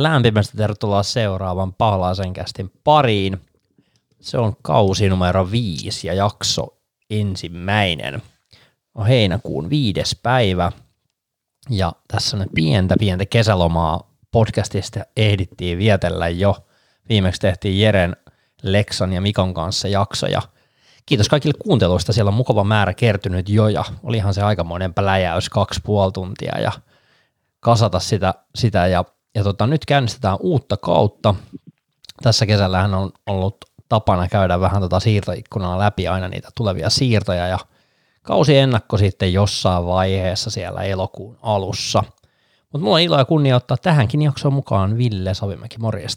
lämpimästi tervetuloa seuraavan Paholaisen kästin pariin. Se on kausi numero 5 ja jakso 1. On heinäkuun 5. päivä ja tässä on pientä kesälomaa podcastista ehdittiin vietellä jo. Viimeksi tehtiin Jeren, Leksan ja Mikon kanssa jaksoja. Kiitos kaikille kuunteluista, siellä on mukava määrä kertynyt jo ja olihan se aikamoinen pläjäys 2,5 tuntia ja kasata sitä ja nyt käynnistetään uutta kautta. Tässä kesällähän on ollut tapana käydä vähän siirtoikkunaa läpi aina niitä tulevia siirtoja ja kausi ennakko sitten jossain vaiheessa siellä elokuun alussa. Mutta mulla on ilo ja kunnia ottaa tähänkin jaksoon mukaan Ville Savimäki, morjesta.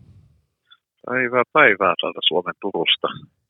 Päivää täältä Suomen Turusta.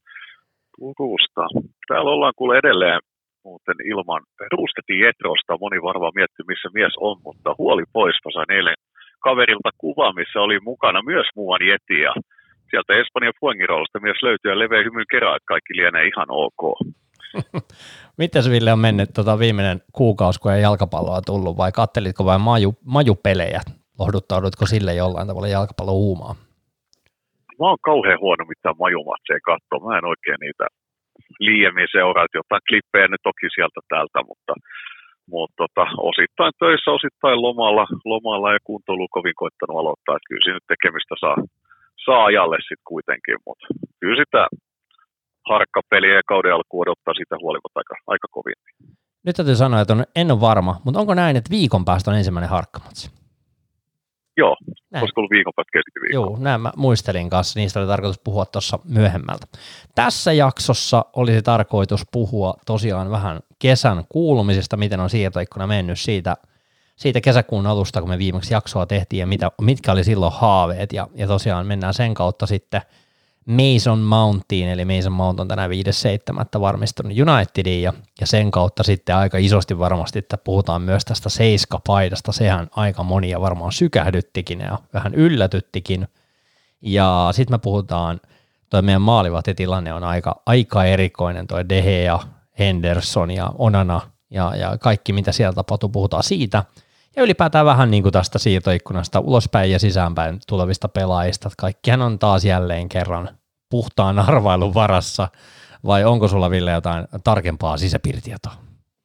Täällä ollaan kuule edelleen muuten ilman ruustettiin Jetrosta. Moni varmaan miettii, missä mies on, mutta huoli pois. Mä sain eilen kaverilta kuva, missä oli mukana myös muuan Yeti. Ja sieltä Espanjan Fuengirollasta mies löytyy ja leveä hymyn kerran, että kaikki lienee ihan ok. Mites Ville on mennyt viimeinen kuukausi, kun ei jalkapalloa tullut, vai kattelitko vain majupelejä? Lohduttaudutko sille jollain tavalla jalkapallon huumaa? Mä oon kauhean huono mitään majumatseja katsoa. Mä en oikein niitä liiemmin seuraa, jotain klippejä nyt toki sieltä täältä, mutta osittain töissä, osittain lomalla ja kuntoilu kovin koittanut aloittaa, että kyllä siinä nyt tekemistä saa ajalle sitten kuitenkin, mutta kyllä sitä harkkapeliä ja kauden alku odottaa sitä huolimatta aika kovin. Nyt täytyy sanoa, että en ole varma, mutta onko näin, että viikon päästä on ensimmäinen harkkamatsi? Joo, olisiko ollut viikon päästä keskiviikko? Joo, näin mä muistelin kanssa, niistä oli tarkoitus puhua tuossa myöhemmältä. Tässä jaksossa olisi tarkoitus puhua tosiaan vähän kesän kuulumisesta, miten on siirtoikkuna mennyt siitä kesäkuun alusta, kun me viimeksi jaksoa tehtiin ja mitkä oli silloin haaveet ja tosiaan mennään sen kautta sitten Mason Mountiin, eli Mason Mount on tänään 5.7. varmistunut Unitediin ja sen kautta sitten aika isosti varmasti, että puhutaan myös tästä Seiska-paidasta, sehän aika monia varmaan sykähdyttikin ja vähän yllätyttikin ja sitten me puhutaan, toi meidän maalivahtitilanne on aika erikoinen, toi De Gea, Henderson ja Onana ja kaikki mitä siellä tapahtuu, puhutaan siitä ja ylipäätään vähän niin kuin tästä siirtoikkunasta ulospäin ja sisäänpäin tulevista pelaajista. Kaikkihan on taas jälleen kerran puhtaan arvailun varassa, vai onko sulla Ville jotain tarkempaa sisäpiiritietoa?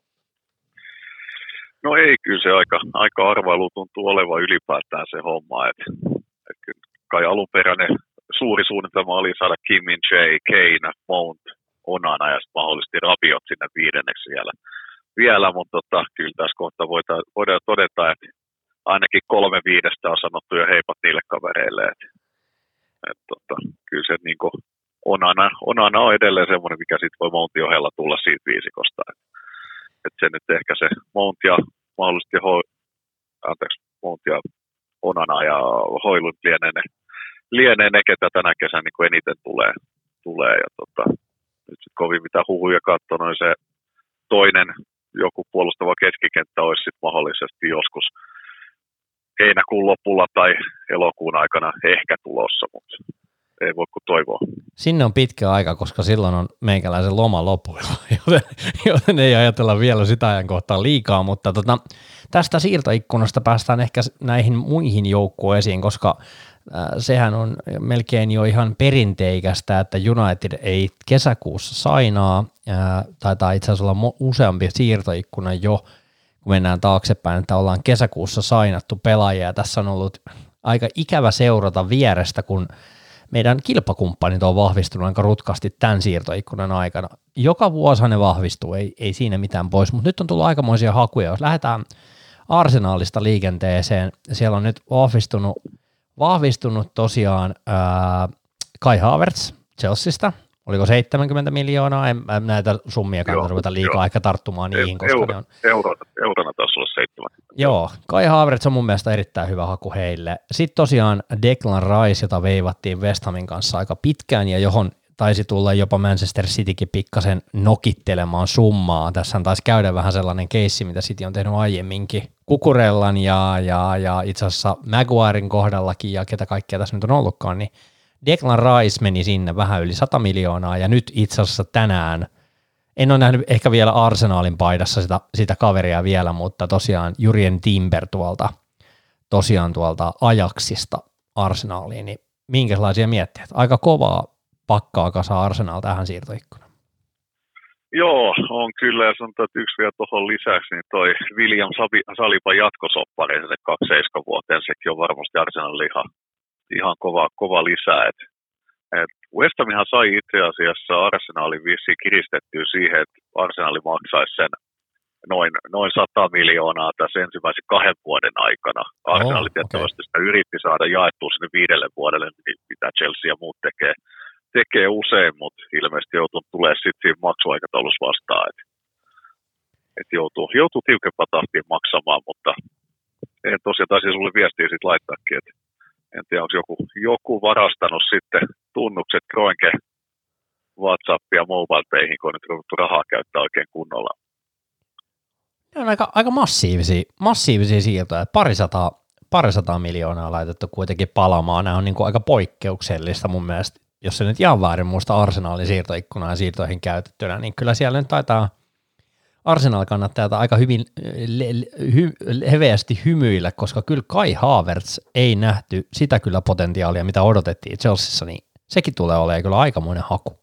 No ei, kyllä se aika arvailu tuntuu olevan ylipäätään se homma. Et kai alunperäinen suuri suunnitelma oli saada Kim Min-jae, Kane, Mount, Onana ja sitten mahdollisesti Rabiot sinne 5. vielä, mutta kyllä tässä kohtaa voidaan todeta, että ainakin 3/5 on sanottu jo heipat niille kavereille. Kyllä se niin kuin Onana on edelleen semmoinen, mikä sitten voi Mountin ohella tulla siitä viisikosta. Se nyt ehkä se Mount ja mahdollisesti Mount ja Onana ja Højlund lienee ne, ketä tänä kesänä niin kuin eniten tulee. Ja nyt sitten kovin mitä huhuja katsoo, noin se toinen joku puolustava keskikenttä olisi sitten mahdollisesti joskus heinäkuun lopulla tai elokuun aikana ehkä tulossa, mutta ei voi kuin toivoa. Sinne on pitkä aika, koska silloin on meikäläisen loma lopuilla, joten ei ajatella vielä sitä ajankohtaa liikaa, mutta tästä siirtoikkunasta päästään ehkä näihin muihin joukkueisiin, koska sehän on melkein jo ihan perinteikästä, että United ei kesäkuussa sainaa, taitaa itse asiassa olla useampi siirtoikkuna jo, kun mennään taaksepäin, että ollaan kesäkuussa sainattu pelaajia. Tässä on ollut aika ikävä seurata vierestä, kun meidän kilpakumppanit on vahvistunut aika rutkasti tämän siirtoikkunan aikana. Joka vuosi ne vahvistuu, ei siinä mitään pois, mutta nyt on tullut aikamoisia hakuja. Jos lähdetään Arsenalista liikenteeseen, siellä on nyt vahvistunut tosiaan Kai Havertz Chelseasta. Oliko 70 miljoonaa? En näitä summia kannata ruveta liikaa ehkä tarttumaan niihin, koska ne on... Eurona taisi olla 70. Joo, Kai Havertz on mun mielestä erittäin hyvä haku heille. Sitten tosiaan Declan Rice, jota veivattiin West Hamin kanssa aika pitkään ja johon taisi tulla jopa Manchester Citykin pikkasen nokittelemaan summaa. Tässä taisi käydä vähän sellainen keissi, mitä City on tehnyt aiemminkin. Kukurellan ja itse asiassa Maguiren kohdallakin ja ketä kaikkea tässä nyt on ollutkaan, niin Declan Rice meni sinne vähän yli 100 miljoonaa ja nyt itse asiassa tänään, en ole nähnyt ehkä vielä Arsenalin paidassa sitä kaveria vielä, mutta tosiaan Jurien Timber tosiaan tuolta Ajaxista Arsenaaliin, niin minkälaisia mietteitä? Aika kovaa pakkaa kasa Arsenal tähän siirtoikkunaan. Joo, on kyllä, ja sanotaan, että yksi vielä tuohon lisäksi, niin toi William Saliban jatkosoppari, se 27-vuotiaan, sekin on varmasti Arsenalille ihan kova lisä. Et West Hamhan sai itse asiassa Arsenalin vissiin kiristettyä siihen, että Arsenali maksaisi sen noin 100 miljoonaa tässä ensimmäisen 2 vuoden aikana. Arsenali tietysti sitä yritti saada jaettua sinne 5 vuodelle, mitä Chelsea ja muut tekee usein, mutta ilmeisesti joutuu tulee sitten siinä maksuaikataulussa vastaan, että joutuu tiukempaa tahtiin maksamaan, mutta en tosiaan taisi sulle viestiä sitten laittaakin, että en tiedä, onko joku varastanut sitten tunnukset Kroenke WhatsAppia MobilePayhin, kun on nyt ruvettu rahaa käyttää oikein kunnolla. Ne on aika massiivisia siirtoja, parisataa miljoonaa laitettu kuitenkin palaamaan. Nämä on niin kuin aika poikkeuksellista mun mielestä, jos se nyt ihan väärin muista Arsenalin siirtoikkunaa ja siirtoihin käytettynä, niin kyllä siellä nyt taitaa Arsenal-kannattajat aika hyvin heveästi hymyillä, koska kyllä Kai Havertz ei nähty sitä kyllä potentiaalia, mitä odotettiin Chelseassa, niin sekin tulee olemaan kyllä aikamoinen haku.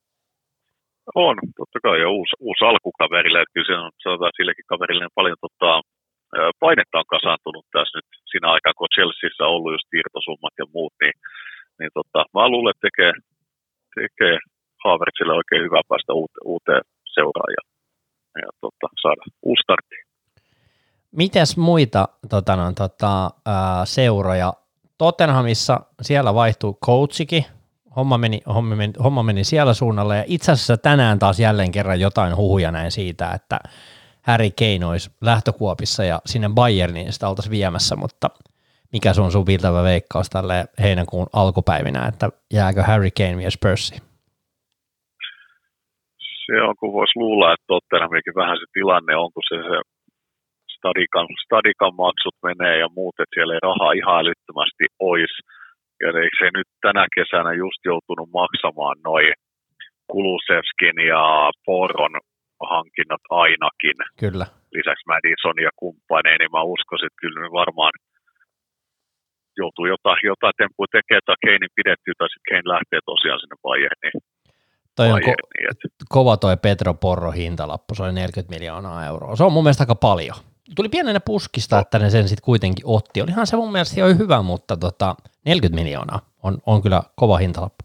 On, totta kai, ja uusi alkukaverille, että kyllä sanotaan sillekin kaverille paljon painetta on kasaantunut tässä nyt siinä aikaa, kun Chelseassa on ollut just siirtosummat ja muut, niin mä luulen, että tekee Havertzille oikein hyvä päästä uuteen seuraan ja saada uusi startti. Mites muita seuroja? Tottenhamissa siellä vaihtui coachikin, homma meni siellä suunnalla, ja itse asiassa tänään taas jälleen kerran jotain huhuja näin siitä, että Harry Kane olisi lähtökuopissa ja sinne Bayerniin sitä oltaisiin viemässä, mutta mikä sun suviltava veikkaus tälle heinäkuun alkupäivinä, että jääkö Harry Kane vielä Spursiin? Se on, kun voisi luulla, että Tottenhamikin vähän se tilanne on, kun se stadikan maksut menee ja muut, että siellä ei rahaa ihan älyttömästi olisi. Ja eikö se nyt tänä kesänä just joutunut maksamaan noi Kulusevskin ja Poron hankinnat ainakin. Kyllä. Lisäksi Madison ja kumppaneen, niin mä uskoisin, että kyllä varmaan joutuu jotain tempua tekemään, tai Kanein pidettyä, tai sitten Kane lähtee tosiaan sinne Bayerniin. Toi on kova toi Pedro Porro hintalappu, se oli 40 miljoonaa euroa. Se on mun mielestä aika paljon. Tuli pienenä puskista, että ne sen sitten kuitenkin otti. Olihan se mun mielestä jo hyvä, mutta 40 miljoonaa on kyllä kova hintalappu.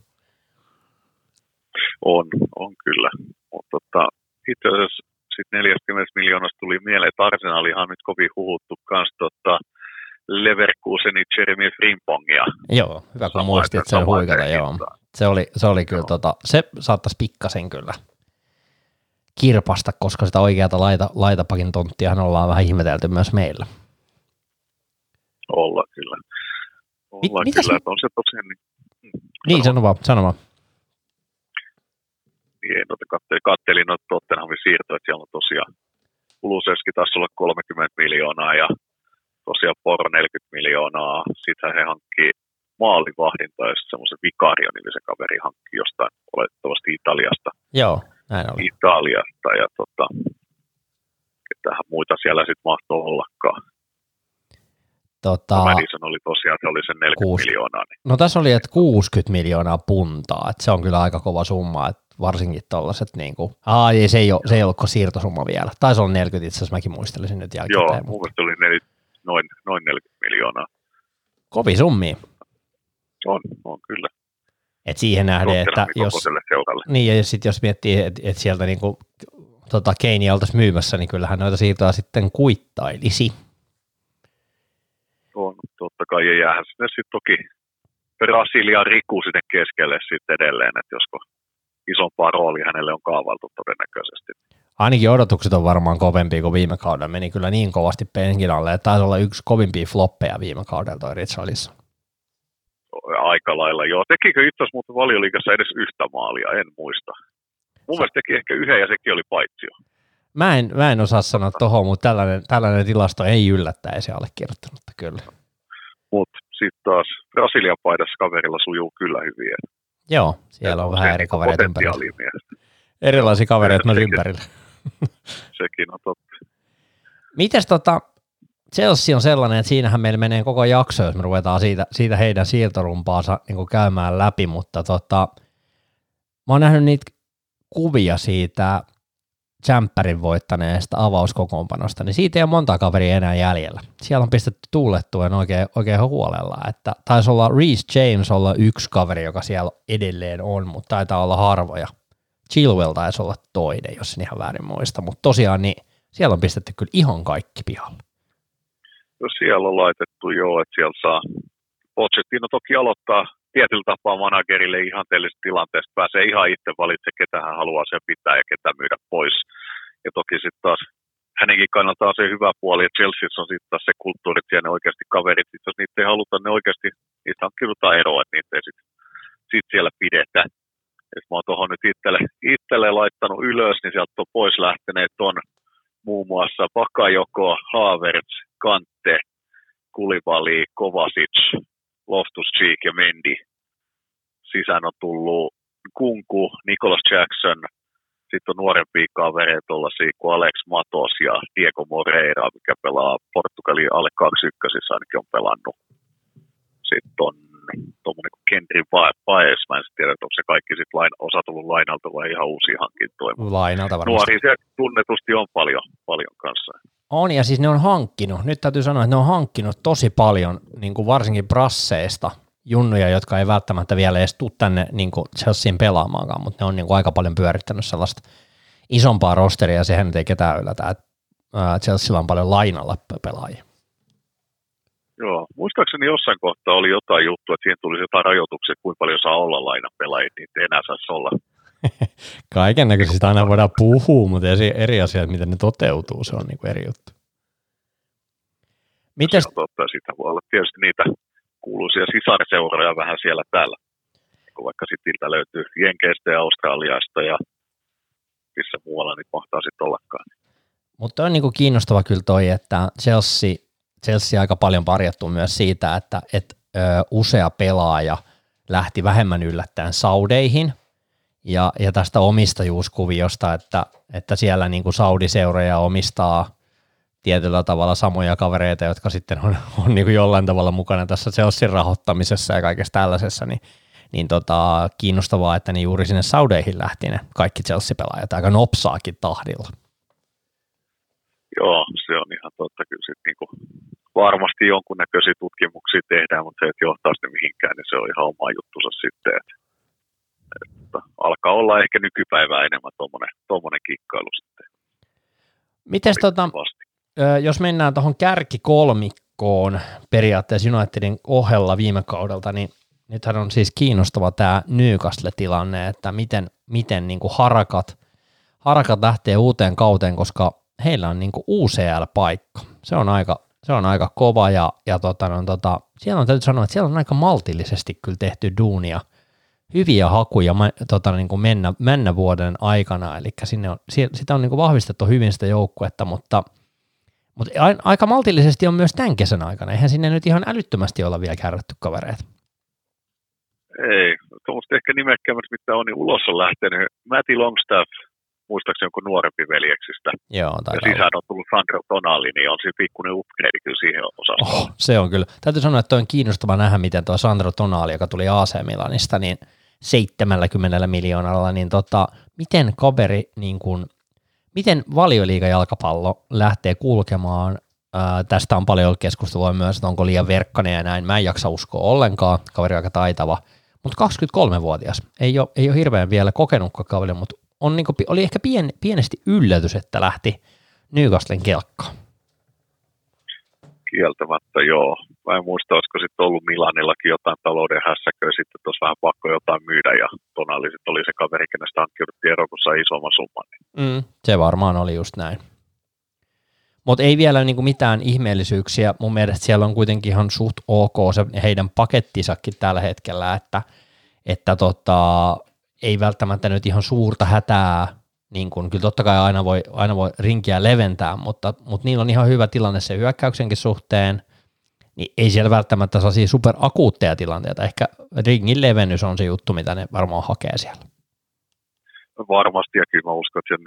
On kyllä. Mutta itse asiassa sitten 40 miljoonasta tuli mieleen, että Arsenalihan nyt kovin huhuttu kanssa Leverkusenin Jeremy Frimpongia. Joo, hyvä kun muistit sen huikata, joo. Se oli kyllä, se saattaisi pikkasen kyllä kirpasta, koska sitä oikeata laitapakin tonttiahan ollaan vähän ihmetelty myös meillä. Ollaan kyllä. Kyllä, että on se tosiaan niin, sano vaan. Niin, kattelin noita Tottenhamin siirtoja, että siellä on tosiaan Kulusevski taisi olla 30 miljoonaa ja tosiaan Poro 40 miljoonaa. Sitten he hankkii maalivahdin tai semmoisen Vicario-nimisen kaverin hankki jostain oletettavasti Italiasta. Joo, näin oli. Italiasta ja ketähän muita siellä sitten mahtoi ollakaan. Madison oli tosiaan, se oli sen 40 miljoonaa. Niin. No tässä oli, että 60 miljoonaa puntaa, että se on kyllä aika kova summa, että varsinkin tollaset niinku, se ei ollutko siirtosumma vielä. Taisi olla 40 itse asiassa, mäkin muistelisin nyt jälkikäteen. Joo, mun mielestä oli noin 40 miljoonaa. Kovin summia. On kyllä. Et siihen nähden, että jos miettii, että sieltä niinku, Kanea oltaisiin myymässä, niin kyllähän noita siirtoja sitten kuittailisi. On, totta kai, ja jäähän sinne sitten toki Brasilian Riku sinne keskelle sitten edelleen, että josko isompaa roolia hänelle on kaavailtu todennäköisesti. Ainakin odotukset on varmaan kovempia kuin viime kaudella. Meni kyllä niin kovasti penkin alle, että taisi olla yksi kovimpia floppeja viime kaudella toi Richarlison. Aika lailla, joo. Tekikö itse asiassa muuten Valioliigassa edes yhtä maalia? En muista. Mun mielestä teki ehkä yhden ja sekin oli paitsio. Mä en osaa sanoa tohon, mutta tällainen tilasto ei yllättäisi allekirjoittanutta kyllä. Mutta sitten taas Brasilian paidassa kaverilla sujuu kyllä hyvin. Joo, siellä on vähän eri kavereita ympärillä. Erilaisia kavereita myös ympärillä. Sekin on totta. Mites Chelsea on sellainen, että siinähän meillä menee koko jakso, jos me ruvetaan siitä heidän siirtorumpaansa niin käymään läpi, mutta mä oon nähnyt niitä kuvia siitä Jämppärin voittaneesta avauskokoonpanosta, niin siitä ei ole monta kaveria enää jäljellä. Siellä on pistetty tuulettuen oikein huolella, että taisi olla Reece James olla yksi kaveri, joka siellä edelleen on, mutta taitaa olla harvoja. Chilwell taisi olla toinen, jos en ihan väärin muista, mutta tosiaan niin siellä on pistetty kyllä ihan kaikki pihalle. No siellä on laitettu että siellä saa Pochettino toki aloittaa tietyllä tapaa managerille ihanteellisesta tilanteesta, pääsee ihan itse valitsemaan, ketä hän haluaa sen pitää ja ketä myydä pois. Ja toki sitten taas hänenkin kannaltaan se hyvä puoli, että Chelseassa on sitten taas se kulttuuri, että ne oikeasti kaverit, jos niitä ei haluta, ne oikeasti, niistä hankkiudutaan eroa, että niitä ei sitten siellä pidetä. Et mä oon tuohon nyt itselle laittanut ylös, niin sieltä on pois lähteneet on muun muassa Bakayoko, Havertz, Kante, Koulibaly, Kovacic, Loftus-Cheek ja Mendy. Sisään on tullut Kunku, Nicholas Jackson, sitten on nuorempia kavereita tuollaisia kuin Alex Matos ja Diego Moreira, mikä pelaa Portugalin alle 21, ainakin on pelannut. Sitten on tuommoinen kuin Kendry Baez, mä en tiedä, onko se kaikki sitten osa tullut lainalta vai ihan uusia hankintoja. Lainalta varmasti. Nuoria siellä tunnetusti on paljon kanssa. On, ja siis ne on hankkinut, nyt täytyy sanoa, että ne on hankkinut tosi paljon, niin kuin varsinkin brasseista, junnuja, jotka ei välttämättä vielä edes tule tänne niin kuin Chelseain pelaamaankaan, mutta ne on niin kuin aika paljon pyörittänyt sellaista isompaa rosteria, ja sehän nyt ei ketään yllätä, että Chelsealla on paljon lainalla pelaajia. Joo, muistaakseni jossain kohtaa oli jotain juttua, että siihen tulisi jotain rajoituksia, että kuinka paljon saa olla lainapelaajia, niin ei enää saisi olla. Kaiken näköisistä aina voidaan puhua, mutta eri asiat, miten ne toteutuu, se on niin kuin eri juttu. Mites? Se on totta, sitä voi olla tietysti niitä kuuluisia sisarseuroja vähän siellä täällä, kun vaikka sitten löytyy Jenkeistä ja Australiasta ja missä muualla niitä mahtaa sitten ollakaan. Mutta on niin kuin kiinnostava kyllä toi, että Chelsea aika paljon parjattu myös siitä, että usea pelaaja lähti vähemmän yllättäen saudeihin ja tästä omistajuuskuviosta, että siellä niin kuin saudiseuroja omistaa tietyllä tavalla samoja kavereita, jotka sitten on niin kuin jollain tavalla mukana tässä Chelsean rahoittamisessa ja kaikessa tällaisessa, niin kiinnostavaa, että niin juuri sinne saudeihin lähti ne kaikki Chelsea-pelaajat aika nopsaakin tahdilla. Joo, se on ihan totta. Kyllä sit niinku varmasti jonkunnäköisiä tutkimuksia tehdään, mutta se, että johtaa sitä mihinkään, niin se on ihan oma juttunsa sitten. Että alkaa olla ehkä nykypäivää enemmän tuommoinen kikkailu sitten. Mites jos mennään tuohon kärkikolmikkoon periaatteessa Unitedin ohella viime kaudelta, niin nythän on siis kiinnostava tämä Newcastle-tilanne, että miten niin kuin harakat lähtee uuteen kauteen, koska heillä on niin kuin UCL-paikka. Se on aika kova ja siellä on täytyy sanoa, että siellä on aika maltillisesti kyllä tehty duunia, hyviä hakuja niin kuin mennä vuoden aikana, eli sitä on niin kuin vahvistettu hyvin sitä joukkuetta, mutta aika maltillisesti on myös tämän kesän aikana. Eihän sinne nyt ihan älyttömästi olla vielä kärrätty kavereita. Ei, tuommoista ehkä nimekkäämässä, mitä on, niin ulos on lähtenyt Matty Longstaff, muistaakseni jonkun nuorempi veljeksistä. Joo, ja sisään on tullut Sandro Tonali, niin on se pikkuinen upgrade kyllä siihen osastoon. Se on kyllä. Täytyy sanoa, että on kiinnostava nähdä, miten tuo Sandro Tonali, joka tuli AC Milanista, niin 70 miljoonalla, niin miten kaveri, niin kuin, miten Valioliiga-jalkapallo lähtee kulkemaan. Tästä on paljon keskustelua myös, että onko liian verkkainen ja näin. Mä en jaksa uskoa ollenkaan, kaveri aika taitava, mutta 23-vuotias. Ei ole hirveän vielä kokenutkaan kaveri, mutta oli ehkä pienesti yllätys, että lähti Newcastlen kelkkaan. Kieltämättä joo. Mä en muista, olisiko sitten ollut Milanillakin jotain talouden hässäköä, sitten tuossa vähän pakko jotain myydä, ja Tonali sitten oli se kaveri, kenestä hankkiuduttiin eroon, kun sai isomman summan. Se varmaan oli just näin. Mutta ei vielä niinku mitään ihmeellisyyksiä. Mun mielestä siellä on kuitenkin ihan suht ok se heidän pakettisakin tällä hetkellä, että ei välttämättä nyt ihan suurta hätää, niin kun, kyllä totta kai aina voi rinkiä leventää, mutta niillä on ihan hyvä tilanne se hyökkäyksenkin suhteen, niin ei siellä välttämättä saa superakuutteja tilanteita, ehkä ringin levennys on se juttu, mitä ne varmaan hakee siellä. Varmasti, ja kyllä mä uskon, että nyt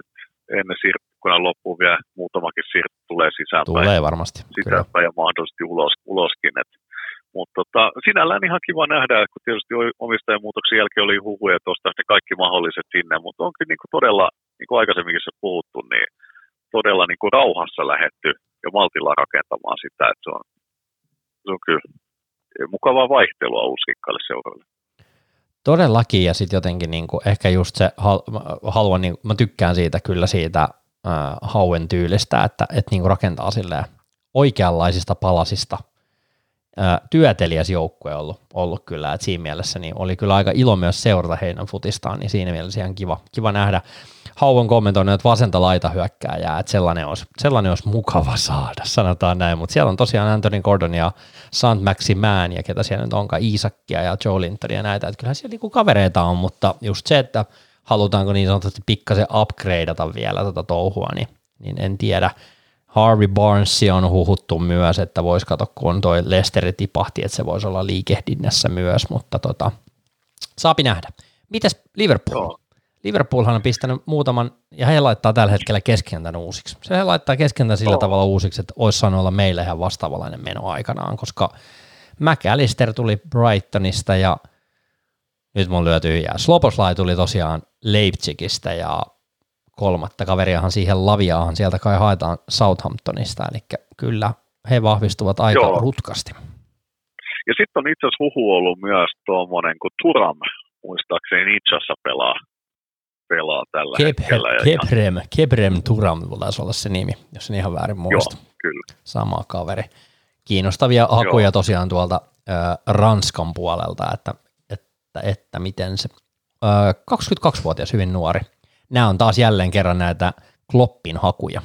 ennen siirtykkunnan loppuun vielä muutamakin siirto tulee sisäänpäin. Tulee varmasti. Sisäänpäin ja mahdollisesti uloskin. Mutta sinällään ihan kiva nähdä, kun tietysti omistajamuutoksen jälkeen oli huhuja tuosta ne kaikki mahdolliset sinne, mutta onkin niin kuin todella, niin kuin aikaisemminkin se puhuttu, niin todella niin kuin rauhassa lähdetty ja maltilla rakentamaan sitä, että se on kyllä mukavaa vaihtelua uusikkaille seuraavalle. Todellakin, ja sitten jotenkin niinku, ehkä just se, haluan, niinku, mä tykkään siitä kyllä siitä Hauen tyylistä, että niinku rakentaa silleen oikeanlaisista palasista työtelijäs joukkue ollut kyllä, että siinä mielessä niin oli kyllä aika ilo myös seurata heidän futistaan, niin siinä mielessä ihan kiva nähdä. Hauen kommentoinut, että vasenta laita hyökkääjää, että sellainen olisi mukava saada, sanotaan näin, mutta siellä on tosiaan Anthony Gordon ja St. Maximan ja ketä siellä nyt onkaan, Isaacia ja Joe Lintonia ja näitä, että kyllähän siellä niinku kavereita on, mutta just se, että halutaanko niin sanotusti pikkasen upgradeata vielä tätä touhua, niin en tiedä. Harvey Barnesia on huhuttu myös, että voisi katsoa, kun toi Leicester tipahti, että se voisi olla liikehdinnässä myös, mutta saapi nähdä. Mites Liverpool? Joo. Liverpoolhan on pistänyt muutaman, ja he laittaa tällä hetkellä keskentän uusiksi. Se laittaa keskentän sillä tavalla uusiksi, että olisi saanut olla meille ihan vastaavalainen meno aikanaan, koska McAllister tuli Brightonista ja nyt mun lyö tyhjää. Sloboslai tuli tosiaan Leipzigistä ja kolmatta kaveriahan siihen Laviaahan sieltä kai haetaan Southamptonista, eli kyllä he vahvistuvat aika rutkasti. Ja sitten on itse asiassa huhu ollut myös tuommoinen, kun Thuram muistaakseni Nitsassa pelaa tällä hetkellä. Kebrem Thuram taisi olla se nimi, jos en ihan väärin muista. Joo, kyllä. Sama kaveri. Kiinnostavia hakuja tosiaan tuolta Ranskan puolelta, että miten se 22-vuotias, hyvin nuori. Nämä on taas jälleen kerran näitä Kloppin hakuja.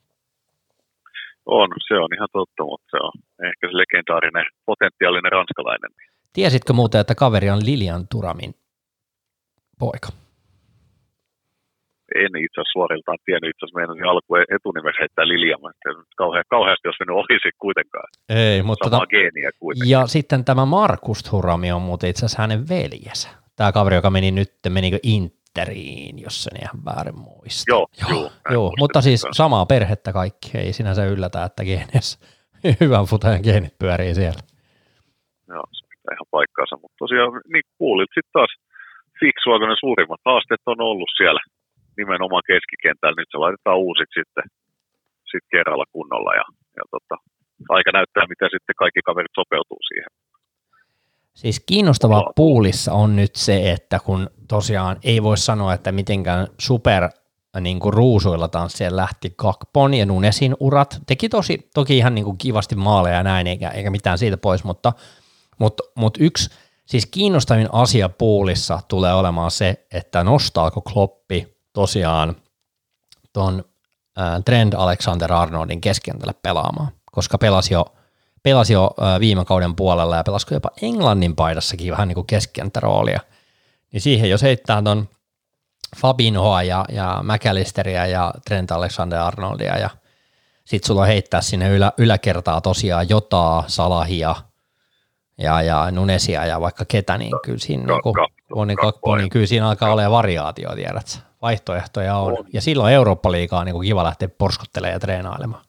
Se on ihan totta, mutta se on ehkä se legendaarinen, potentiaalinen ranskalainen. Tiesitkö muuten, että kaveri on Lilian Thuramin poika? En itse asiassa suoriltaan tiennyt, itse asiassa meidän alkuun etunimessä heittää Lilian, mutta kauheasti jos mennyt ohi sitten kuitenkaan. Ei, mutta samaa geeniä kuitenkin. Ja sitten tämä Markus Thurami on muuten itse asiassa hänen veljensä. Tämä kaveri, joka menikö Interiin, jos sen ihan väärin muista. Joo, mutta siis samaa perhettä kaikki. Ei sinänsä yllätä, että geenissä hyvän futajan geenit pyörii siellä. Joo, se pitää ihan paikkaansa, mutta tosiaan niin kuulit sitten taas fiksua, kun ne suurimmat haasteet on ollut siellä nimenomaan keskikentällä. Nyt se laitetaan uusiksi sitten kerralla kunnolla ja aika näyttää, miten sitten kaikki kaverit sopeutuu siihen. Siis kiinnostavaa Poolissa on nyt se, että kun tosiaan ei voi sanoa, että mitenkään super niin kuin ruusuilla tanssien lähti Gakpon ja Nunesin urat. Teki toki ihan niin kuin kivasti maaleja ja näin, eikä mitään siitä pois, mutta yksi siis kiinnostavin asia Poolissa tulee olemaan se, että nostaako Kloppi tosiaan ton Trent Alexander-Arnoldin keskentälle pelaamaan, koska pelasi jo viime kauden puolella ja pelasiko jopa Englannin paidassakin vähän niin kuin keskenttäroolia. Niin siihen jos heittää ton Fabinhoa ja McAllisteria ja Trent Alexander-Arnoldia ja sit sulla heittää sinne yläkertaa tosiaan Jotaa, Salahia ja Nunesia ja vaikka ketä, niin kyllä siinä niin kyllä siinä alkaa olemaan variaatio, tiedätkö? Vaihtoehtoja on. Ja silloin Eurooppa-liigaa niin kuin kiva lähteä porskottelemaan ja treenailemaan.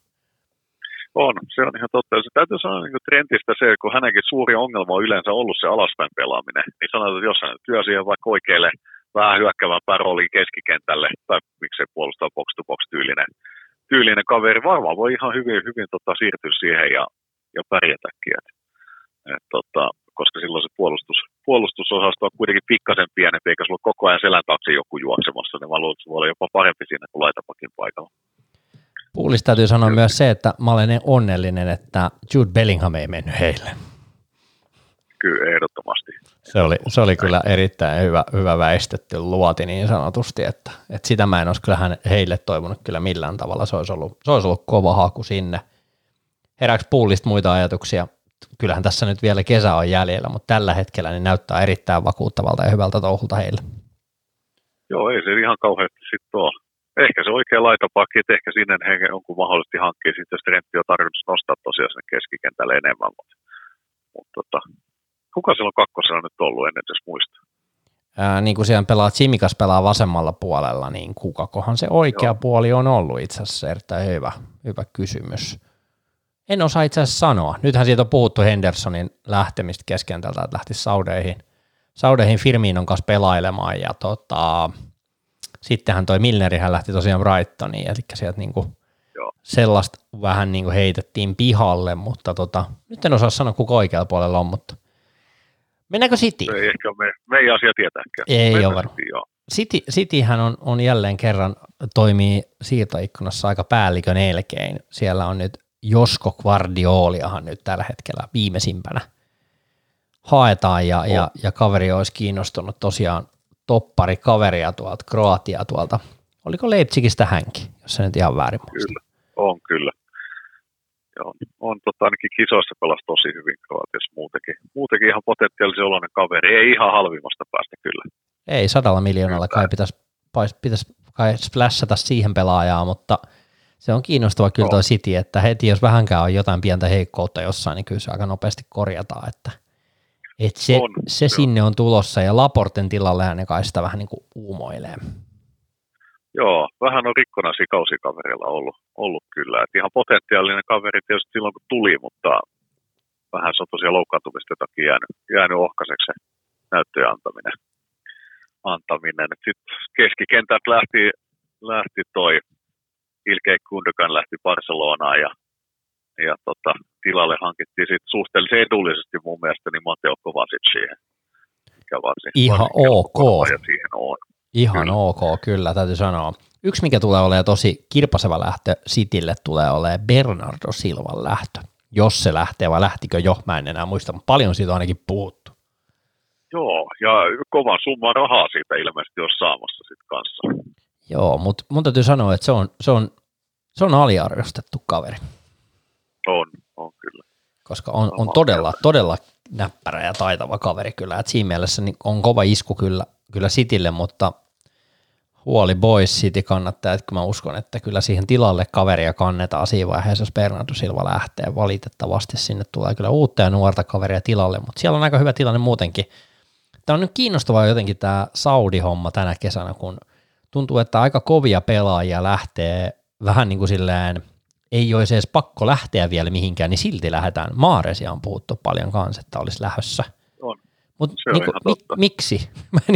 Se on ihan totta. Se täytyy sanoa niin Trentistä se, kun hänenkin suuri ongelma on yleensä ollut se alaspäin pelaaminen, niin sanotaan, että jos hän työ siihen vaikka oikealle vähän hyökkäävämpään rooliin keskikentälle, tai miksei puolustaa box-to-box tyylinen kaveri, varmaan voi ihan hyvin siirtyä siihen ja pärjätäkin. Koska silloin se puolustusosasto on kuitenkin pikkasen pienempi, eikä sulla koko ajan selän taakse joku juoksemassa, niin mä luulen, että se voi olla jopa parempi siinä kuin laitapakin paikalla. Puolista täytyy sanoa myös se, että mä olen onnellinen, että Jude Bellingham ei mennyt heille. Kyllä, ehdottomasti. Se oli kyllä erittäin hyvä väistetty luoti niin sanotusti, että sitä mä en olisi kyllä heille toivonut kyllä millään tavalla. Se olisi ollut kova haku sinne. Herääkö Puulista muita ajatuksia? Kyllähän tässä nyt vielä kesä on jäljellä, mutta tällä hetkellä niin näyttää erittäin vakuuttavalta ja hyvältä touhulta heille. Joo, ei se ihan kauheasti sitten ole. Ehkä se oikea laitapakki, että ehkä sinne jonkun mahdollisesti hankkii sitten, jos Trentti on tarkoitus nostaa tosiaan sinne keskikentälle enemmän. Mutta kuka siellä on kakkosella nyt ollut, en edes muista? niin kuin siellä pelaa, Tsimikas pelaa vasemmalla puolella, niin kukakohan se oikea puoli on ollut itse asiassa erittäin hyvä kysymys. En osaa itse asiassa sanoa. Nythän siitä on puhuttu Hendersonin lähtemistä keskentältä, että lähtisi Saudeihin Firminon kanssa pelailemaan, ja sittenhän toi Milnerihän lähti tosiaan Brightoniin, eli sieltä niinku sellaista vähän niinku heitettiin pihalle, mutta nyt en osaa sanoa, kuka oikealla puolella on, mutta mennäänkö City? Ei ehkä me ei asia tietääkään. Ei ole varmaan. Cityhän on jälleen kerran toimii siirtoikkunassa aika päällikön elkein. Siellä on nyt Josko Guardioliahan nyt tällä hetkellä viimeisimpänä haetaan ja kaveri olisi kiinnostunut tosiaan toppari-kaveria tuolta Kroatiaa tuolta. Oliko Leipzigistä hänkin, jos se nyt ihan väärin muista? Kyllä, on kyllä. On ainakin kisoissa pelasi tosi hyvin Kroatiassa muutenkin ihan potentiaalisen oloinen kaveri. Ei ihan halvimmasta päästä kyllä. Ei 100 miljoonalla kai pitäisi kai splashata siihen pelaajaa, mutta se on kiinnostava kyllä toi City, että heti jos vähänkään on jotain pientä heikkoutta jossain, niin kyllä se aika nopeasti korjataan, että se sinne on tulossa ja Laporten tilallehan ne kai sitä vähän niin kuin uumoilee. Joo, vähän on rikkonasi kausikaverilla ollut kyllä. Et ihan potentiaalinen kaveri tietysti silloin kun tuli, mutta vähän se on tosiaan loukkaantumista takia jäänyt ohkaiseksi se näyttöjen antaminen. Sitten keskikentät lähti toi Ilkay Gundogan lähti Barcelonaan ja tilalle hankittiin sitten suhteellisen edullisesti mun mielestä niin Mateo Kovacic siihen. Ihan ok. Ja siihen on. Ihan kyllä. Ok, kyllä, täytyy sanoa. Yksi, mikä tulee olemaan tosi kirpaseva lähtö Citylle, tulee olemaan Bernardo Silvan lähtö. Jos se lähtee, vai lähtikö jo, mä en enää muista, mutta paljon siitä on ainakin puhuttu. Joo, ja kovan summan rahaa siitä ilmeisesti olisi saamassa sitten kanssa. Joo, mutta mun täytyy sanoa, että se on aliarvostettu kaveri. On kyllä. Koska on todella näppärä ja taitava kaveri kyllä, että siinä mielessä niin on kova isku kyllä Citylle, mutta huoli boys City kannattaa, että mä uskon, että kyllä siihen tilalle kaveria kannetaan siinä vaiheessa, jos Bernardo Silva lähtee. Valitettavasti sinne tulee kyllä uutta ja nuorta kaveria tilalle, mutta siellä on aika hyvä tilanne muutenkin. Tämä on nyt kiinnostavaa jotenkin tämä Saudi-homma tänä kesänä, kun tuntuu, että aika kovia pelaajia lähtee vähän niin kuin silleen, ei olisi edes pakko lähteä vielä mihinkään, niin silti lähdetään. Maaresia on puhuttu paljon kanssa, että olisi lähdössä. On. Mutta miksi?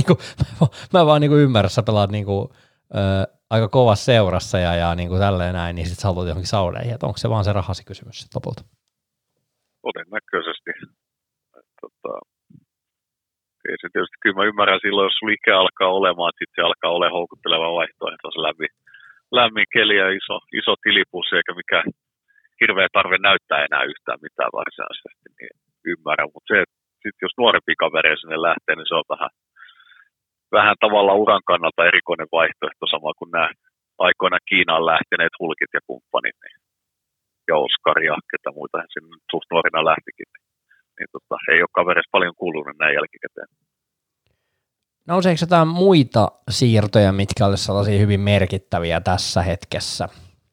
Mä vaan niinku ymmärrän, sä pelaat niinku, aika kovassa seurassa ja niinku tälleen näin, niin sit sä haluat johonkin Saudeihin. Et onko se vaan se rahasi kysymys sit lopulta? Todennäköisesti. Ei se tietysti, kyllä mä ymmärrän silloin, jos sulla ikä alkaa olemaan, että sitten se alkaa olemaan houkutteleva vaihtoehto, se lämmin keli ja iso tilipussi, eikä mikään hirveä tarve näyttää enää yhtään mitään varsinaisesti, niin ymmärrän. Mutta se, sitten jos nuorempi kaveri sinne lähtee, niin se on vähän tavallaan uran kannalta erikoinen vaihtoehto, sama kuin nämä aikoina Kiinaan lähteneet Hulkit ja kumppanit, niin, ja Oskar ja ketä muita sinne suht nuorina lähtikin. Niin ei ole kavereista paljon kuulunut näin jälkikäteen. Nouseeko jotain muita siirtoja, mitkä olisivat sellaisia hyvin merkittäviä tässä hetkessä?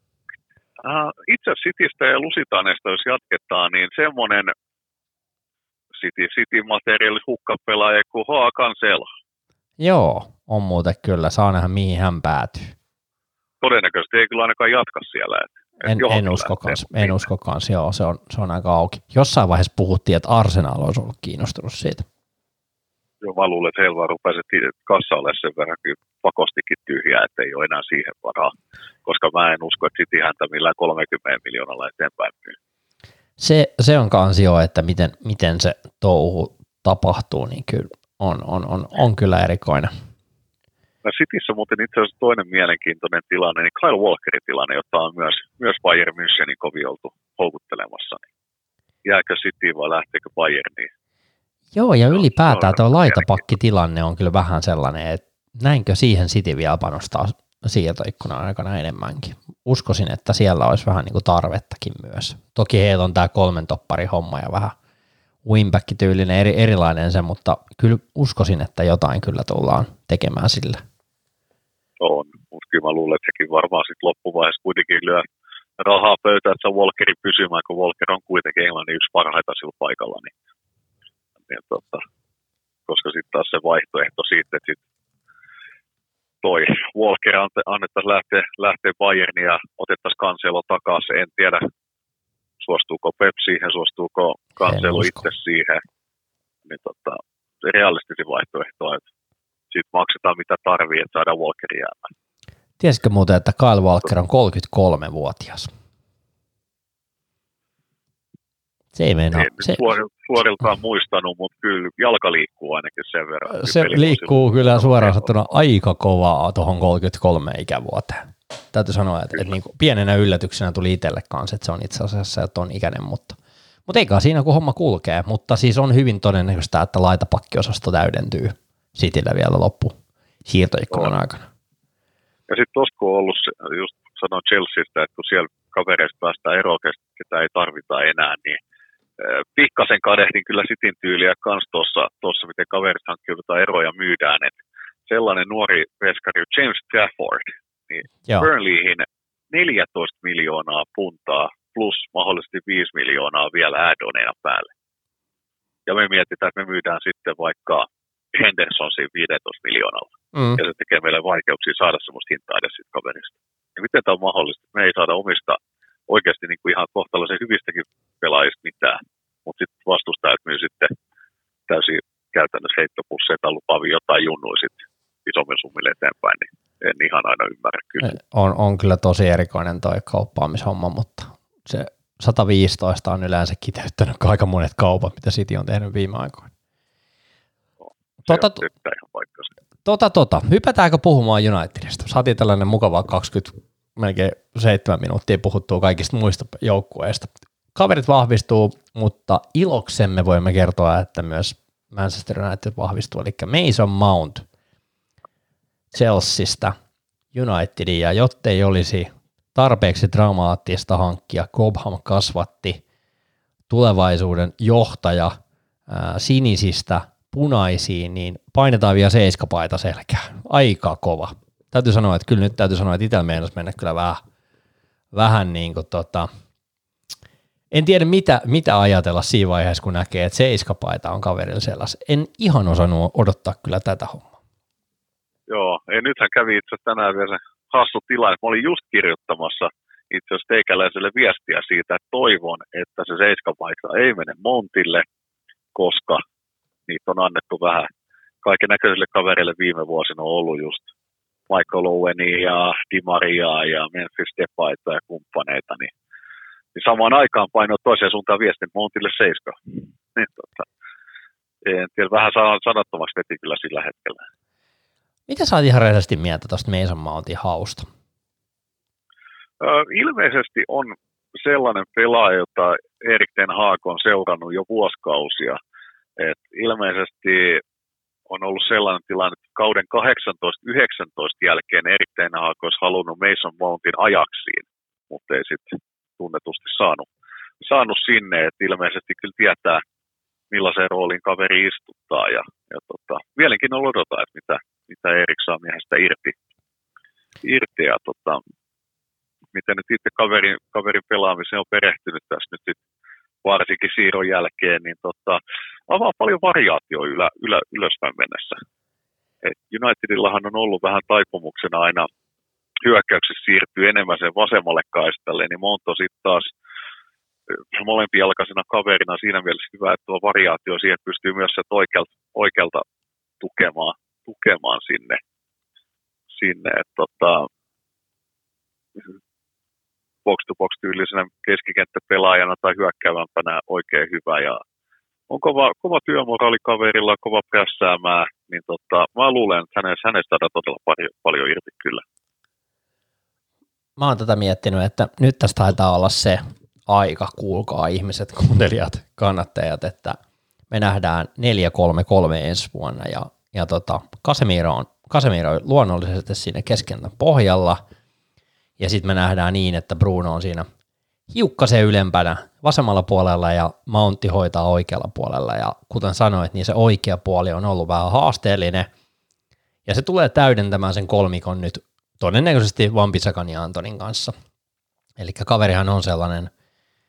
Itse Citystä ja Lusitaneesta, jos jatketaan, niin semmoinen City-materiaalis hukkapelaaja kuin Joao Cancelo. Joo, on muuten kyllä. Saa nähdä, mihin hän päätyy. Todennäköisesti ei kyllä ainakaan jatka siellä. En usko kans, joo, se on aika auki. Jossain vaiheessa puhuttiin, että Arsenal olisi ollut kiinnostunut siitä. Joo, mä luulen, että heillä vaan rupesi kassa olemaan sen verran pakostikin tyhjää, että ei ole enää siihen varaa. Koska mä en usko, että City häntä millään 30 miljoonalla eteenpäin myy. Se on kans joo, että miten se touhu tapahtuu, niin kyllä on kyllä erikoinen. No Cityssä muuten itse asiassa toinen mielenkiintoinen tilanne, niin Kyle Walkerin tilanne, jota on myös Bayern Münchenin kovin oltu houkuttelemassa. Niin jääkö City vai lähteekö Bayerniin? Joo, ja ylipäätään tuo laitapakkitilanne on kyllä vähän sellainen, että näinkö siihen City vielä panostaa siirtoikkunan aikana enemmänkin. Uskoisin, että siellä olisi vähän niin kuin tarvettakin myös. Toki heillä on tämä 3 toppari homma ja vähän wingback-tyylinen erilainen se, mutta kyllä uskoisin, että jotain kyllä tullaan tekemään sillä. On, mutta kyllä mä luulen, että sekin varmaan sitten loppuvaiheessa kuitenkin lyö rahaa pöytään, että saa Walkerin pysymään, kun Walker on kuitenkin Englannin yksi parhaita sillä paikalla. Niin koska sitten taas se vaihtoehto siitä, että sit toi Walker annettaisiin lähteä Bayerniin ja otettaisiin Cancelo takaisin. En tiedä, suostuuko Pep siihen, suostuuko Cancelo itse siihen. Niin realistisin vaihtoehto, että siitä maksetaan mitä tarvii, että saadaan Walkerin jäämään. Tiesitkö muuten, että Kyle Walker on 33-vuotias? Se ei meinaa. En suoriltaan muistanut, mutta kyllä jalka liikkuu ainakin sen verran. Se liikkuu kyllä suoraan sattuna aika kovaa tuohon 33 ikävuoteen. Täytyy sanoa, että niin kuin pienenä yllätyksenä tuli itselle kanssa, että se on itse asiassa jo ton ikäinen, mutta eikä siinä kun homma kulkee. Mutta siis on hyvin todennäköistä, että laitapakkiosasto täydentyy Cityllä vielä loppu siirtoikkunan aikana. Ja sitten olisiko ollut, just sanoin Chelseastä, että kun siellä kavereista päästään eroon, ketä ei tarvita enää, niin pikkasen kadehdin kyllä Cityn tyyliä kans tuossa, miten kaverit hankkiutetaan eroja myydään, että sellainen nuori veskari James Trafford, niin Burnleyhin 14 miljoonaa puntaa plus mahdollisesti 5 miljoonaa vielä add-oneina päälle. Ja me mietitään, että me myydään sitten vaikka Henderson siinä 15 miljoonalla. Ja se tekee meille vaikeuksia saada semmoista hintaa edes siitä kaverista. Ja miten tämä on mahdollista? Me ei saada omista oikeasti niin kuin ihan kohtalaisen hyvistäkin pelaajista mitään. Mutta sitten vastustajat myy sitten täysin käytännössä heittopusseja tai lupaavia jotain junnuja sitten isommin summille eteenpäin. Niin en ihan aina ymmärrä kyllä. On kyllä tosi erikoinen toi kauppaamishomma, mutta se 115 on yleensä kiteyttänyt aika monet kaupat, mitä City on tehnyt viime aikoina. Hypätäänkö puhumaan Unitedista? Saatiin tällainen mukava 20, melkein 7 minuuttia puhuttua kaikista muista joukkueista. Kaverit vahvistuu, mutta iloksemme voimme kertoa, että myös Manchester United vahvistuu, eli Mason Mount Chelseastä Unitedin, ja jottei olisi tarpeeksi dramaattista hankkia, Cobham kasvatti tulevaisuuden johtaja sinisistä punaisiin, niin painetaan vielä 7-paita selkään. Aika kova. Täytyy sanoa, että kyllä nyt täytyy sanoa, että itsellä meinasi mennä kyllä vähän niin kuin en tiedä mitä ajatella siinä vaiheessa, kun näkee, että 7-paita on kaverilla sellaisen. En ihan osannut odottaa kyllä tätä hommaa. Joo, nythän kävi itse asiassa tänään vielä se hassu tilanne. Mä olin just kirjoittamassa itse asiassa teikäläiselle viestiä siitä, että toivon, että se 7-paikka ei mene Montille, koska niitä on annettu vähän kaiken näköisille kavereille viime vuosina on ollut just Michael Owenia ja Di Mariaa ja Memphis Depayta ja kumppaneita, niin samaan aikaan painoi toiseen suuntaan viestin Montille 7. Niin, en tiedä, vähän sanattomaksi veti kyllä sillä hetkellä. Mitä sä oot ihan rehellisesti mieltä tuosta Mason Mountin hausta? Ilmeisesti on sellainen pelaaja, jota Erik ten Hag on seurannut jo vuosikausia. Et ilmeisesti on ollut sellainen tilanne, että kauden 18-19 jälkeen Erik ten Hag olisi halunnut Mason Mountin ajaksiin, mutta ei sitten tunnetusti saanut sinne. Et ilmeisesti kyllä tietää, millaisen roolin kaveri istuttaa. Ja mielenkiinnolla odotaan, että mitä Erik saa miehestä irti ja miten nyt itse kaverin pelaamiseen on perehtynyt tässä nyt sit varsinkin siirron jälkeen, niin avaa paljon variaatioa ylöspäin mennessä. Et Unitedillahan on ollut vähän taipumuksena aina hyökkäyksessä siirtyy enemmän sen vasemmalle kaistalle, niin Monto sitten taas molempijalkaisena kaverina siinä mielessä hyvä, että tuo variaatio siihen pystyy myös oikealta tukemaan sinne että box-to-box tyylisenä keskikenttäpelaajana tai hyökkäävämpänä oikein hyvä ja on kova työmoraali kaverilla, kova prässäämää, niin mä luulen, että hänestä saadaan todella paljon irti kyllä. Mä oon tätä miettinyt, että nyt tästä taitaa olla se aika, kuulkaa ihmiset, kuuntelijat, kannattajat, että me nähdään 4-3-3 ensi vuonna ja Casemiro on luonnollisesti siinä keskentän pohjalla ja sitten me nähdään niin, että Bruno on siinä hiukkasen ylempänä vasemmalla puolella ja Mountti hoitaa oikealla puolella ja kuten sanoit, niin se oikea puoli on ollut vähän haasteellinen ja se tulee täydentämään sen kolmikon nyt todennäköisesti Wan-Bissakan ja Antonin kanssa. Eli kaverihan on sellainen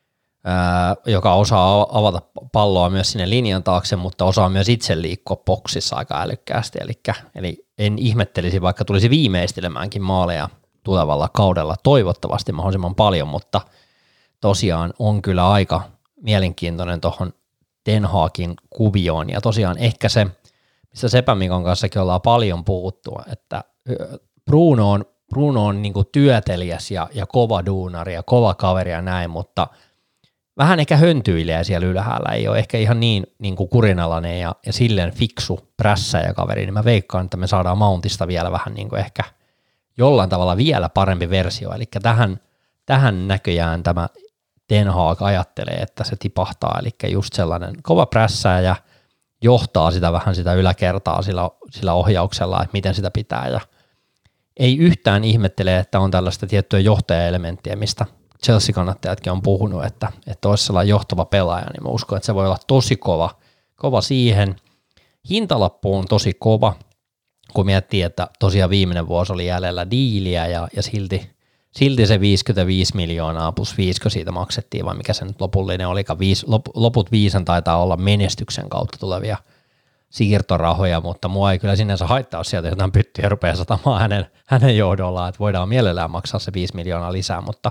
joka osaa avata palloa myös sinne linjan taakse, mutta osaa myös itse liikkua boksissa aika älykkäästi. Eli en ihmettelisi, vaikka tulisi viimeistelemäänkin maaleja tulevalla kaudella toivottavasti mahdollisimman paljon, mutta tosiaan on kyllä aika mielenkiintoinen tuohon Den Hagin kuvioon. Ja tosiaan ehkä se, mistä Sepä-Mikon kanssakin ollaan paljon puhuttu, että Bruno on niin kuin työtelijäs ja kova duunari ja kova kaveri ja näin, mutta vähän ehkä höntyilee siellä ylhäällä, ei ole ehkä ihan niin kuin kurinalainen ja silleen fiksu prässäjä kaveri, niin mä veikkaan, että me saadaan Mountista vielä vähän niin kuin ehkä jollain tavalla vielä parempi versio, eli tähän näköjään tämä Den Hag ajattelee, että se tipahtaa, eli just sellainen kova prässäjä johtaa sitä vähän sitä yläkertaa sillä ohjauksella, että miten sitä pitää, ja ei yhtään ihmettele, että on tällaista tiettyä johtajaelementtiä, mistä Chelsea-kannattajatkin on puhunut, että olisi sellainen johtava pelaaja, niin mä uskon, että se voi olla tosi kova siihen. Hintalappu on tosi kova, kun miettii, että tosiaan viimeinen vuosi oli jäljellä diiliä ja silti se 55 miljoonaa plus 5 siitä maksettiin, vai mikä se nyt lopullinen olikaan, loput 5 taitaa olla menestyksen kautta tulevia siirtorahoja, mutta mua ei kyllä sinänsä haittaa, jos sieltä jotain pyttyjä rupeaa satamaan hänen johdollaan, että voidaan mielellään maksaa se 5 miljoonaa lisää, mutta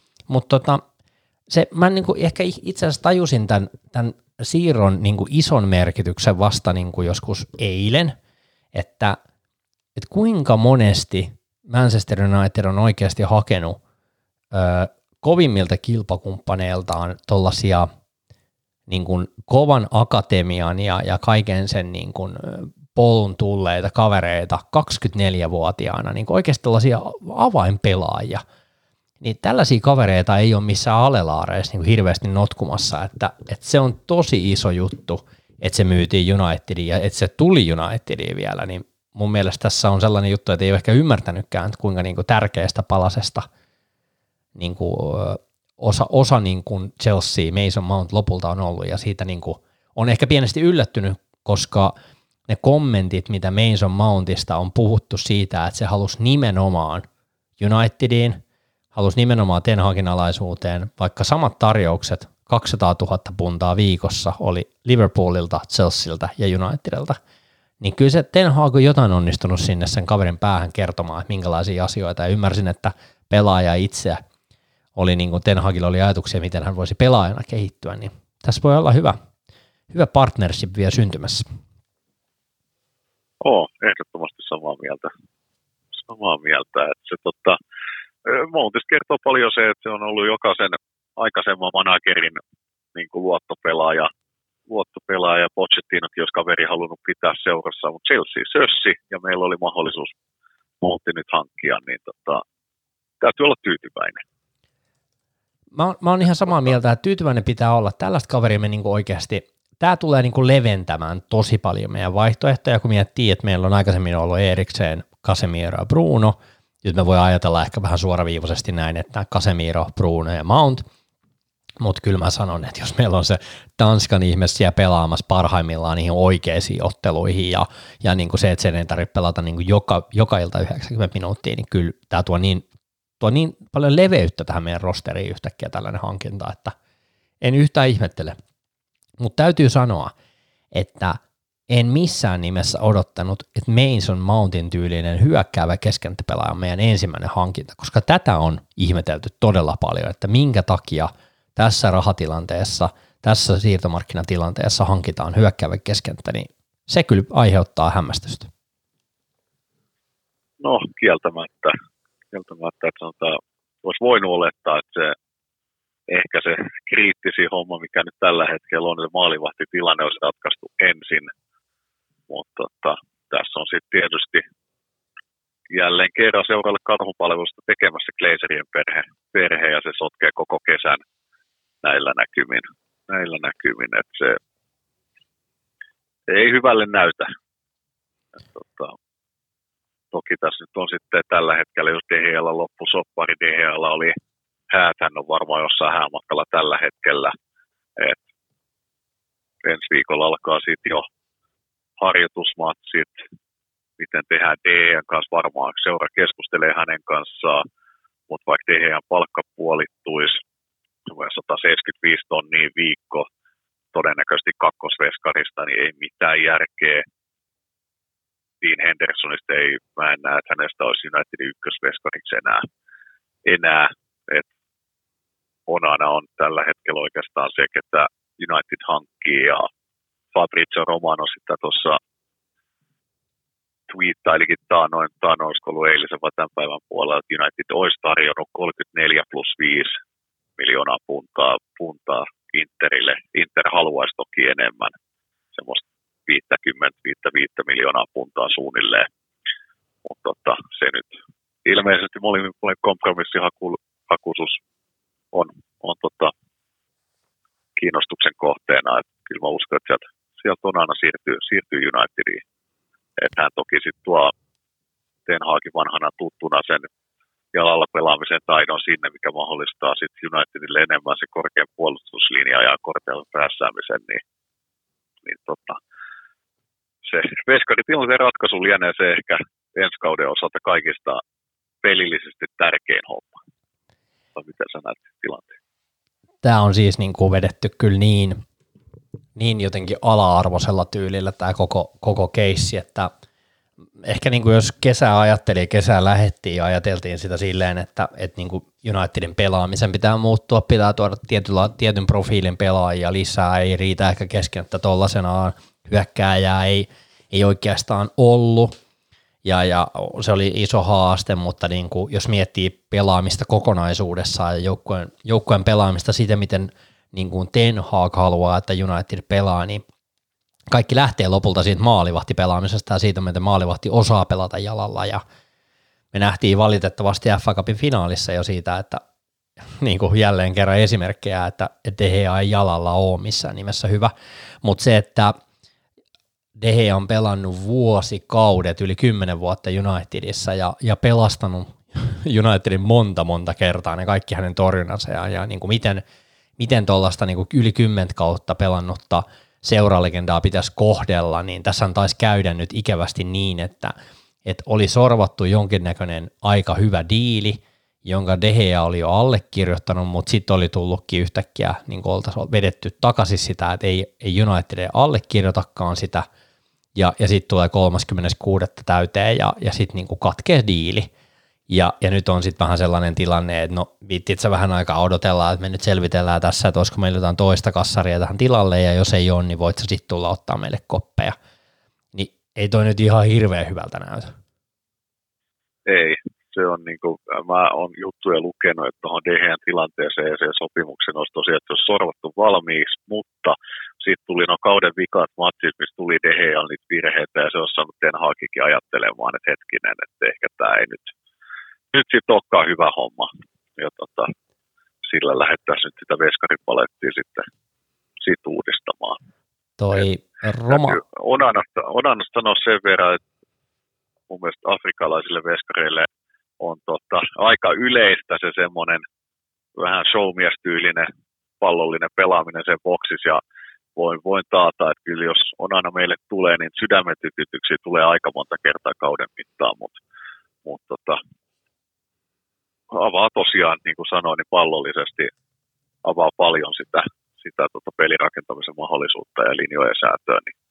se, mä niin kuin ehkä itse asiassa tajusin tämän siirron niin kuin ison merkityksen vasta niin kuin joskus eilen, että kuinka monesti Manchester United on oikeasti hakenut kovimmilta kilpakumppaneiltaan tuollaisia niin kuin kovan akatemian ja kaiken sen niin kuin polun tulleita kavereita 24-vuotiaana, niin kuin oikeasti tällaisia avainpelaajia. Niin tällaisia kavereita ei ole missään alelaareissa niin kuin hirveästi notkumassa, että se on tosi iso juttu, että se myytiin Unitediin ja että se tuli Unitediin vielä, niin mun mielestä tässä on sellainen juttu, että ei ole ehkä ymmärtänytkään, että kuinka niin kuin tärkeästä palasesta niin kuin osa niin kuin Chelsea, Mason Mount lopulta on ollut, ja siitä niin kuin on ehkä pienesti yllättynyt, koska ne kommentit, mitä Mason Mountista on puhuttu siitä, että se halusi nimenomaan Unitediin, halusi nimenomaan Ten Hagin alaisuuteen, vaikka samat tarjoukset 200 000 puntaa viikossa oli Liverpoolilta, Chelsealtä ja Unitedilta, niin kyllä se Ten Hag on jotain onnistunut sinne sen kaverin päähän kertomaan, että minkälaisia asioita, ja ymmärsin, että pelaaja itse oli niin kuin Ten Hagilla oli ajatuksia, miten hän voisi pelaajana kehittyä, niin tässä voi olla hyvä partnership vielä syntymässä. Ehdottomasti samaa mieltä, että se Mountista kertoo paljon se, että se on ollut jokaisen aikaisemman managerin niin kuin luottopelaaja Pochettinokin, jos kaveri halunnut pitää seurassa, mutta Chelsea sössi ja meillä oli mahdollisuus Mountti nyt hankkia, niin täytyy olla tyytyväinen. Mä oon ihan samaa mieltä, että tyytyväinen pitää olla. Tällaista kaveria me niinku oikeasti, tämä tulee niinku leventämään tosi paljon meidän vaihtoehtoja, kun miettii, että meillä on aikaisemmin ollut Eriksen, Casemiro ja Bruno. Nyt me voi ajatella ehkä vähän suoraviivaisesti näin, että Casemiro, Bruno ja Mount, mutta kyllä mä sanon, että jos meillä on se Tanskan ihme siellä pelaamassa parhaimmillaan niihin oikeisiin otteluihin ja niin kuin se, että sen ei tarvitse pelata niin kuin joka ilta 90 minuuttia, niin kyllä tämä tuo niin paljon leveyttä tähän meidän rosteriin yhtäkkiä tällainen hankinta, että en yhtään ihmettele. Mutta täytyy sanoa, että en missään nimessä odottanut, että Mason Mountin tyylinen hyökkäävä keskenttäpelaaja on meidän ensimmäinen hankinta, koska tätä on ihmetelty todella paljon, että minkä takia tässä rahatilanteessa, tässä siirtomarkkinatilanteessa hankitaan hyökkäävä keskenttä, niin se kyllä aiheuttaa hämmästystä. No kieltämättä että sanotaan, olisi voinut olettaa, että se ehkä se kriittisin homma, mikä nyt tällä hetkellä on, se maalivahtitilanne olisi ratkaistu ensin, mutta tässä on sitten tietysti jälleen kerran seuraavalle karhunpalvelusta tekemässä Glazerien perhe ja se sotkee koko kesän näillä näkymin, että se ei hyvälle näytä. Toki tässä nyt on sitten tällä hetkellä, jos De Gealla loppusoppari, De Gealla oli häät, hän on varmaan jossain häämatkalla tällä hetkellä. Et ensi viikolla alkaa sitten jo harjoitusmatsit, miten tehdään De Gean kanssa, varmaan seura keskustelee hänen kanssaan, mutta vaikka De Gean palkka puolittuisi, 175 tonnia viikko todennäköisesti kakkosveskarista, niin ei mitään järkeä. Dean Hendersonista mä en näe, että hänestä olisi Unitedin ykkösveskariksi enää. Et Onana on tällä hetkellä oikeastaan se, että United hankkii, ja Fabrizio Romano sitä tuossa twiittailikin taannoin olisiko ollut eilisen vai tämän päivän puolella, että United olisi tarjonnut 34+5 miljoonaa puntaa Interille. Inter haluaisi toki enemmän, semmoista 50 miljoonaa puntaa suunnilleen, mutta se nyt ilmeisesti molemmin puolin kompromissihakuisuus on kiinnostuksen kohteena, että kyllä mä uskon, että sieltä Onana siirtyy Unitediin. Että hän toki sitten tuo Ten Hagin vanhana tuttuna sen jalalla pelaamisen taidon sinne, mikä mahdollistaa sitten Unitedille enemmän se korkean puolustuslinja ja korkean päässäämisen, niin se veskaritilanteen ratkaisu lienee se ehkä ensi kauden osalta kaikista pelillisesti tärkein homma. Miten sä näet tilanteen? Tämä on siis niin kuin vedetty kyllä niin jotenkin ala-arvoisella tyylillä tämä koko keissi, että ehkä niin kuin jos kesää lähdettiin ja ajateltiin sitä silleen, että niin kuin Unitedin pelaamisen pitää muuttua, pitää tuoda tietyn profiilin pelaajia lisää, ei riitä ehkä keskenettä tollasenaan, hyökkääjää ei oikeastaan ollut, ja se oli iso haaste, mutta niin kuin jos miettii pelaamista kokonaisuudessaan ja joukkueen pelaamista siitä, miten niin kuin Ten Hag haluaa, että United pelaa, niin kaikki lähtee lopulta siitä maalivahtipelaamisesta ja siitä, miten maalivahti osaa pelata jalalla, ja me nähtiin valitettavasti FA Cupin finaalissa jo siitä, että niin kuin jälleen kerran esimerkkejä, että De Gea ei jalalla ole missään nimessä hyvä, mutta se, että De Gea on pelannut vuosikaudet, yli 10 vuotta Unitedissa ja pelastanut Unitedin monta kertaa ne kaikki hänen torjunnansa ja niin kuin miten tuollaista niin kuin yli 10 kautta pelannutta seuralegendaa pitäisi kohdella, niin tässä taisi käydä nyt ikävästi niin, että oli sorvattu jonkinnäköinen aika hyvä diili, jonka De Gea oli jo allekirjoittanut, mutta sitten oli tullutkin yhtäkkiä, niin kuin oltaisiin vedetty takaisin sitä, että ei United allekirjoitakaan sitä, ja sitten tulee 36. täyteen, ja sitten niin kuin katkee diili. Ja nyt on sitten vähän sellainen tilanne, että no viittit sä vähän aikaa odotella, että me nyt selvitellään tässä, että olisiko meillä jotain toista kassaria tähän tilalle, ja jos ei ole, niin voit sä sitten tulla ottaa meille koppeja. Niin ei toi nyt ihan hirveän hyvältä näytä. Ei, se on niinku, mä oon juttuja lukenut, että tuohon DHn tilanteeseen ja sen sopimuksen olisi tosiaan, että olisi sorvattu valmiiksi, mutta sitten tuli kauden vikat matsit, missä tuli DHL niitä virheitä, ja se olisi saanut Ten Hagikin ajattelemaan, että hetkinen, että ehkä tämä ei nyt sitten olekaan hyvä homma. Ja sillä lähdettäisiin nyt sitä veskaripalettia sitten uudistamaan. Onanasta sanoa sen verran, että mun mielestä afrikkalaisille veskareille on aika yleistä se semmoinen vähän showmies-tyylinen pallollinen pelaaminen sen boksissa, ja voin taata, että kyllä jos Onana meille tulee, niin sydämetytytyksiä tulee aika monta kertaa kauden mittaan, mutta avaa tosiaan, niin kuin sanoin, niin pallollisesti avaa paljon sitä pelirakentamisen mahdollisuutta ja linjojen säätöä, niin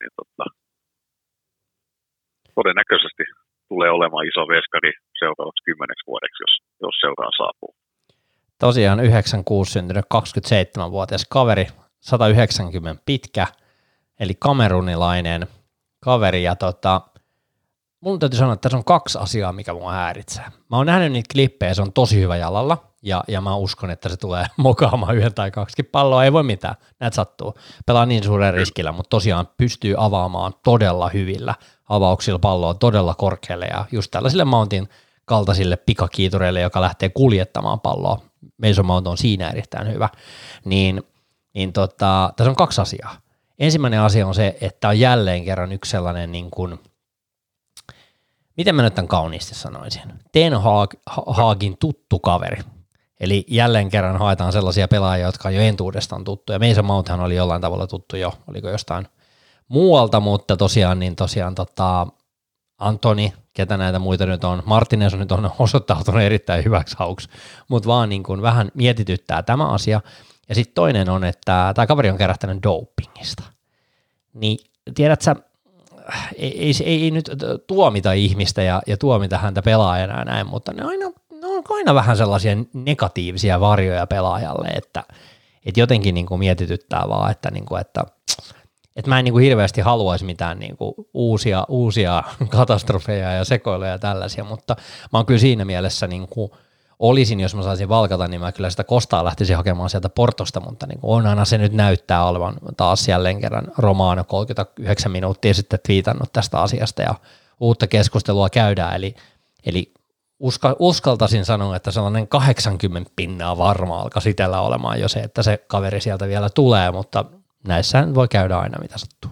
todennäköisesti tulee olemaan iso veskari seuraavaksi 10 vuodeksi, jos seuraan saapuu. Tosiaan 96 syntynyt 27-vuotias kaveri, 190 pitkä, eli kamerunilainen kaveri, ja mun täytyy sanoa, että tässä on 2 asiaa, mikä mua häiritsee. Mä oon nähnyt niitä klippejä, se on tosi hyvä jalalla, ja mä uskon, että se tulee mokaamaan 1 tai 2 palloa, ei voi mitään, näet sattuu. Pelaa niin suuren riskillä, mutta tosiaan pystyy avaamaan todella hyvillä avauksilla palloa todella korkealle, ja just tällaisille Mountin kaltaisille pikakiitureille, joka lähtee kuljettamaan palloa. Mason Mount on siinä erittäin hyvä. Tässä on 2 asiaa. Ensimmäinen asia on se, että on jälleen kerran yksi sellainen niin kuin, miten mä nyt tämän kauniisti sanoisin, Ten Hagin tuttu kaveri. Eli jälleen kerran haetaan sellaisia pelaajia, jotka on jo entuudestaan tuttuja. Mason Mounthan oli jollain tavalla tuttu jo, oliko jostain muualta, mutta tosiaan Antoni ketä näitä muita nyt on. Martinez on nyt osoittautunut erittäin hyväksi hauksi, mutta vaan niin kuin vähän mietityttää tämä asia. Ja sitten toinen on, että tämä kaveri on kerättänyt dopingista. Niin tiedät sä, ei nyt tuomita ihmistä ja tuomita häntä pelaajana ja näin, mutta ne on aina vähän sellaisia negatiivisia varjoja pelaajalle, että jotenkin niin kuin mietityttää vaan, että mä en niin kuin hirveästi haluaisi mitään niin kuin uusia katastrofeja ja sekoiluja ja tällaisia, mutta mä oon kyllä siinä mielessä niin kuin olisin, jos mä saisin valkata, niin mä kyllä sitä Kostaa lähtisin hakemaan sieltä Portosta, mutta niin kuin on aina se nyt näyttää olevan taas jälleen kerran Romano 39 minuuttia sitten twiitannut tästä asiasta ja uutta keskustelua käydään, eli uskaltaisin sanoa, että sellainen 80% varma alkaa itsellä olemaan jo se, että se kaveri sieltä vielä tulee, mutta näissä voi käydä aina mitä sattuu.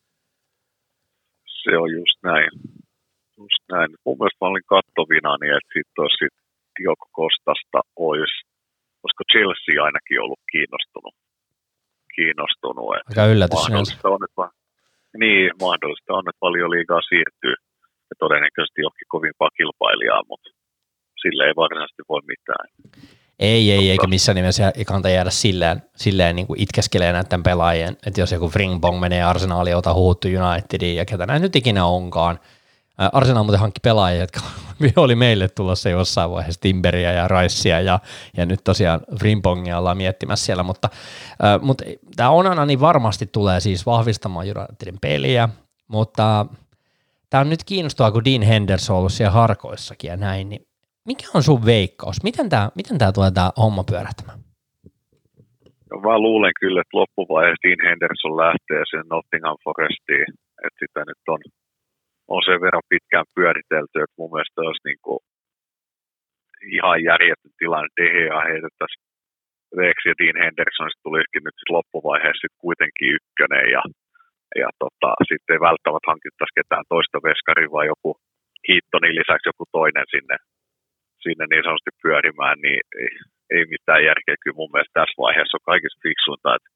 Se on just näin. Mun mielestä mä olin kattovinani, että sitten olisi Diogo Costasta koska Chelsea ainakin ollut kiinnostunut. Aika yllätys. Mahdollista on, että paljon liigaa siirtyy ja todennäköisesti johonkin kovimpaa kilpailijaa, mutta sille ei varsinaisesti voi mitään. Ei, eikä missään nimessä kannata jäädä silleen niin kuin itkeskelee näiden pelaajien, että jos joku Frimpong menee Arsenaaliin, ota huuttu Unitediin ja ketä näin nyt ikinä onkaan. Arsenal muuten hankki pelaajia, jotka oli meille tulossa jossain vaiheessa Timberia ja Ricea ja nyt tosiaan Frimpongia ollaan miettimässä siellä, mutta tämä Onana niin varmasti tulee siis vahvistamaan Unitedin peliä, mutta tämä on nyt kiinnostavaa, kun Dean Henderson on ollut siellä harkoissakin ja näin, niin mikä on sun veikkaus? Miten tämä tulee tämä homma pyörähtämään? No, mä luulen kyllä, että loppuvaiheessa Dean Henderson lähtee sen Nottingham Forestiin, että sitä nyt on sen verran pitkään pyöritelty, että mun mielestä olisi niin kuin ihan järjetön tilanne. De Gea heitettäisiin veeksi ja Dean Henderson tulisikin nyt sit loppuvaiheessa sit kuitenkin ykkönen ja sitten ei välttämättä hankittaisi ketään toista veskaria, vaan joku Heatonin lisäksi joku toinen sinne niin sanotusti pyörimään, niin ei mitään järkeä. Kyllä mun mielestä tässä vaiheessa on kaikista fiksuinta, että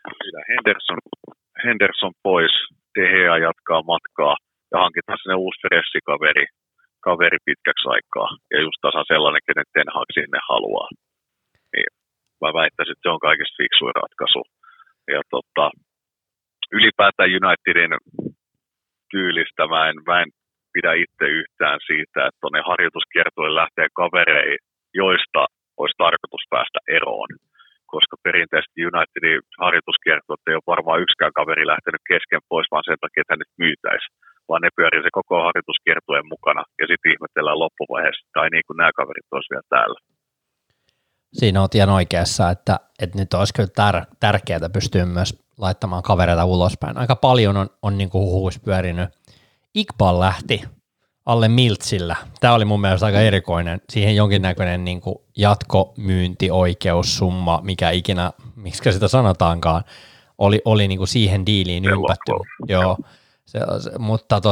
Henderson pois, De Gea jatkaa matkaa ja hankitaan sinne uusi kaveri pitkäksi aikaa ja just tasan sellainen, kenen Ten Hag sinne haluaa. Niin mä väittäisin, että se on kaikista fiksuin ratkaisu. Ja ylipäätään Unitedin tyylistä mä en pidä itse yhtään siitä, että tuonne harjoituskiertoille lähtee kavereille, joista olisi tarkoitus päästä eroon. Koska perinteisesti Unitedin harjoituskiertoille ei ole varmaan yksikään kaveri lähtenyt kesken pois, vaan sen takia, että hänet myytäisiin. Vaan ne pyörii se koko harjoituskiertojen mukana ja sitten ihmetellään loppuvaiheessa, tai niin kuin nämä kaverit olisi vielä täällä. Siinä on ihan oikeassa, että nyt olisi kyllä tärkeää pystyä myös laittamaan kavereita ulospäin. Aika paljon on niin kuin huhuissa pyörinyt. Iqbal lähti alle Miltsillä. Tämä oli mun mielestä aika erikoinen. Siihen jonkinnäköinen niin kuin jatkomyyntioikeussumma, mikä ikinä, miksi sitä sanotaankaan, oli niin kuin siihen diiliin ympätty. Joo. Mutta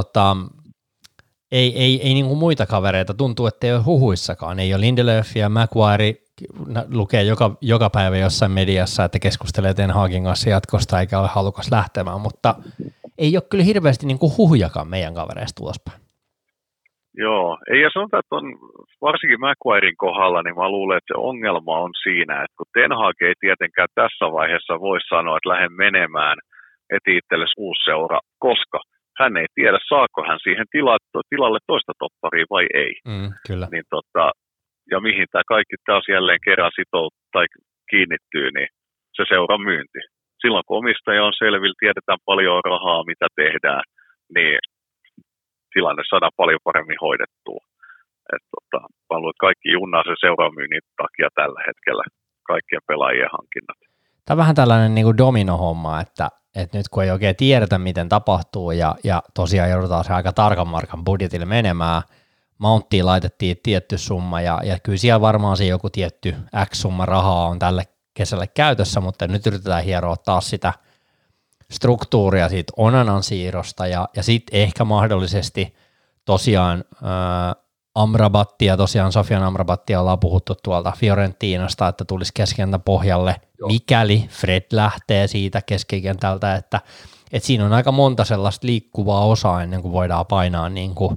ei niin kuin muita kavereita. Tuntuu, että ei ole huhuissakaan. Ei ole Lindelöfiä, Maguire lukee joka päivä jossain mediassa, että keskustelee Ten Hagin kanssa jatkosta eikä ole halukas lähtemään, mutta ei ole kyllä hirveästi niin kuin huhujakaan meidän kavereista ulospäin. Joo, ei ja sanotaan, että on varsinkin Maguiren kohdalla, niin mä luulen, että se ongelma on siinä, että kun Ten Hag ei tietenkään tässä vaiheessa voi sanoa, että lähde menemään, eti itsellesi uusi seura, koska hän ei tiedä, saako hän siihen tilalle toista topparia vai ei. Kyllä. Niin ja mihin tämä kaikki taas jälleen kerran tai kiinnittyy, niin se seuran myynti. Silloin kun omistaja on selvillä, tiedetään paljon rahaa, mitä tehdään, niin tilanne saadaan paljon paremmin hoidettua. Mä luulen, että kaikki junnaa sen seuran myynnin takia tällä hetkellä, kaikkien pelaajien hankinnat. Tämä on vähän tällainen niin kuin domino-homma, että nyt kun ei oikein tiedetä, miten tapahtuu, ja tosiaan joudutaan se aika tarkan markan budjetille menemään, Mounttiin laitettiin tietty summa, ja kyllä siellä varmaan se joku tietty X-summa rahaa on tälle kesälle käytössä, mutta nyt yritetään hieroa taas sitä struktuuria siitä Onanan siirrosta, ja sitten ehkä mahdollisesti tosiaan Amrabattia, tosiaan Sofian Amrabattia ollaan puhuttu tuolta Fiorentinasta, että tulisi keskikentän pohjalle, mikäli Fred lähtee siitä keskikentältä, että siinä on aika monta sellaista liikkuvaa osaa ennen kuin voidaan painaa niin kuin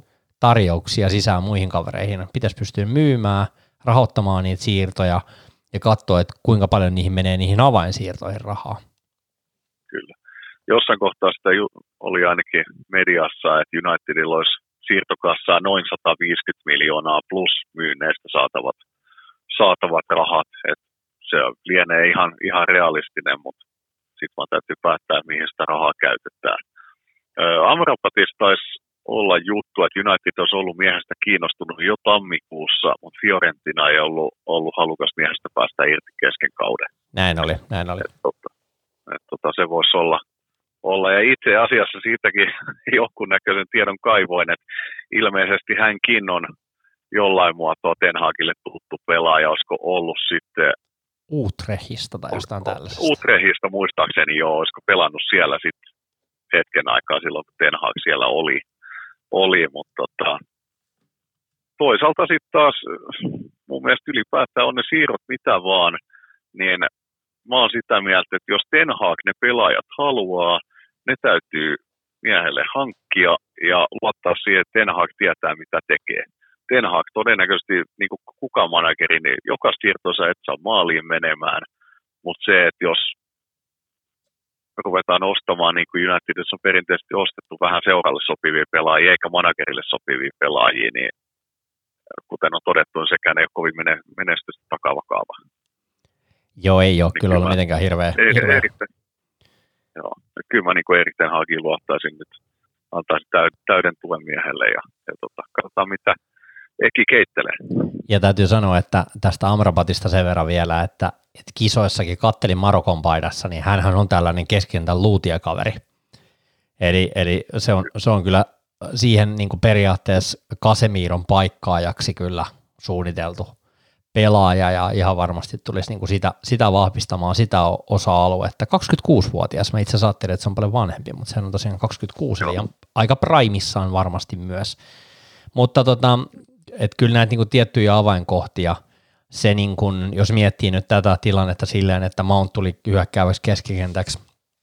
tarjouksia sisään muihin kavereihin. Pitäisi pystyä myymään, rahoittamaan niitä siirtoja ja katsoa, että kuinka paljon niihin menee niihin avainsiirtoihin rahaa. Kyllä. Jossain kohtaa sitä oli ainakin mediassa, että Unitedilla olisi siirtokassaa noin 150 miljoonaa plus myynneistä saatavat rahat. Et se lienee ihan realistinen, mutta sitten vaan täytyy päättää, mihin sitä rahaa käytetään. Amrabatissa taisi olla juttu, että United olisi ollut miehestä kiinnostunut jo tammikuussa, mutta Fiorentina ei ollut halukas miehestä päästä irti kesken kauden. Näin oli. Se voisi olla. Ja itse asiassa siitäkin jonkunnäköisen tiedon kaivoin, että ilmeisesti hänkin on jollain muotoa Ten Hagille tuttu pelaaja, olisiko ollut sitten Utrechtista tai jostain tällaisesta. Utrechtista muistaakseni joo, olisiko pelannut siellä sitten hetken aikaa silloin, kun Ten Hag siellä oli, mutta toisaalta sitten taas mun mielestä ylipäätään on ne siirrot mitä vaan, niin mä oon sitä mieltä, että jos Ten Hag ne pelaajat haluaa, ne täytyy miehelle hankkia ja luottaa siihen, että Ten Hag tietää mitä tekee. Ten Hag todennäköisesti, niin kuin kukaan manageri, niin joka siirtonsa et saa maaliin menemään, mutta se, että jos ruvetaan ostamaan, niin kuin Unitedissa on perinteisesti ostettu vähän seuralle sopivia pelaajia eikä managerille sopivia pelaajia, niin kuten on todettu, niin sekään ei ole kovin menestystä takaava kaava. Joo, ei ole niin kyllä ollut mitenkään hirveä. Joo, kyllä mä niin Erik Ten Hagin luottaisin nyt, antaisin täyden tuen miehelle ja katsotaan mitä Eki keittelee. Ja täytyy sanoa, että tästä Amrabatista sen verran vielä, että kisoissakin kattelin Marokon paidassa, niin hänhän on tällainen keskentän luutiakaveri. Eli se on kyllä siihen niin kuin periaatteessa Casemiron paikkaajaksi kyllä suunniteltu pelaaja ja ihan varmasti tulisi niin kuin sitä vahvistamaan sitä osa-aluetta. 26-vuotias, mä itse asiassa ajattelin, että se on paljon vanhempi, mutta sehän on tosiaan 26, eli aika primissaan varmasti myös. Mutta että kyllä näitä niin kuin tiettyjä avainkohtia, se niin kuin, jos miettii nyt tätä tilannetta silleen, että Mount tuli hyökkääväksi keskikentäksi,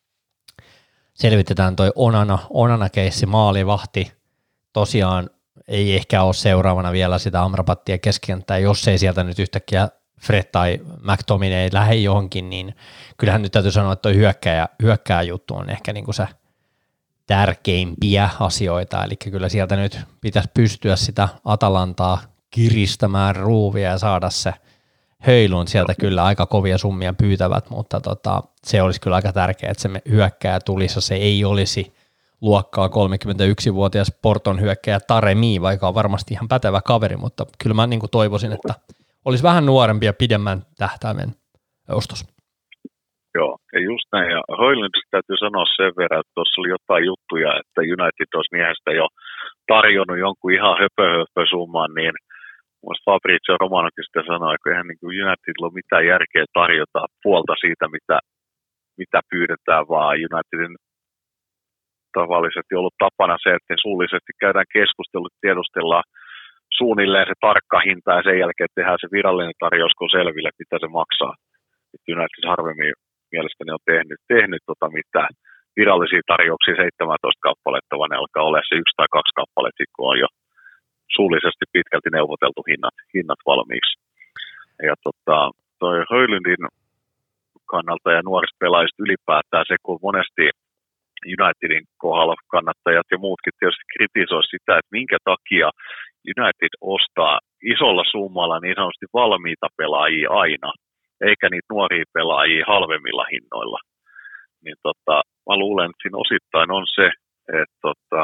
selvitetään toi Onana-keissi, maalivahti, tosiaan ei ehkä ole seuraavana vielä sitä Amrabattia keskikenttää, jos ei sieltä nyt yhtäkkiä Fred tai McTominay lähde johonkin, niin kyllähän nyt täytyy sanoa, että toi hyökkää juttu on ehkä niin kuin se tärkeimpiä asioita, eli kyllä sieltä nyt pitäisi pystyä sitä Atalantaa kiristämään ruuvia ja saada se Höylund sieltä kyllä aika kovia summia pyytävät, mutta se olisi kyllä aika tärkeää, että se hyökkää tulisi, ja se ei olisi luokkaa 31-vuotias Porton hyökkääjä Taremi, vaikka on varmasti ihan pätevä kaveri, mutta kyllä mä niin kuin toivoisin, että olisi vähän nuorempi ja pidemmän tähtäimen ostos. Joo, ja just näin. Ja Höylundista täytyy sanoa sen verran, että tuossa oli jotain juttuja, että United olisi miehestä jo tarjonnut jonkun ihan höpö-summan, niin muista Fabrizio Romanokin sitten sanoi, että eihän niin kuin Unitedilla ole mitään järkeä tarjota puolta siitä, mitä pyydetään, vaan Unitedin tavallisesti ollut tapana se, että suullisesti käydään keskustelut, tiedustellaan suunnilleen se tarkka hinta ja sen jälkeen tehdään se virallinen tarjous, kun selville, mitä se maksaa. United harvemmin mielestäni on tehnyt mitä virallisia tarjouksia 17 kappaletta, vaan ne alkaa olla se 1 tai 2 kappaletta, kun on jo suullisesti pitkälti neuvoteltu hinnat valmiiksi. Ja toi Höylundin kannalta ja nuorista pelaajista ylipäätään se, kun monesti Unitedin kohdalla kannattajat ja muutkin tietysti kritisoi sitä, että minkä takia United ostaa isolla summalla niin sanotusti valmiita pelaajia aina, eikä niitä nuoria pelaajia halvemmilla hinnoilla. Niin mä luulen, että siinä osittain on se, että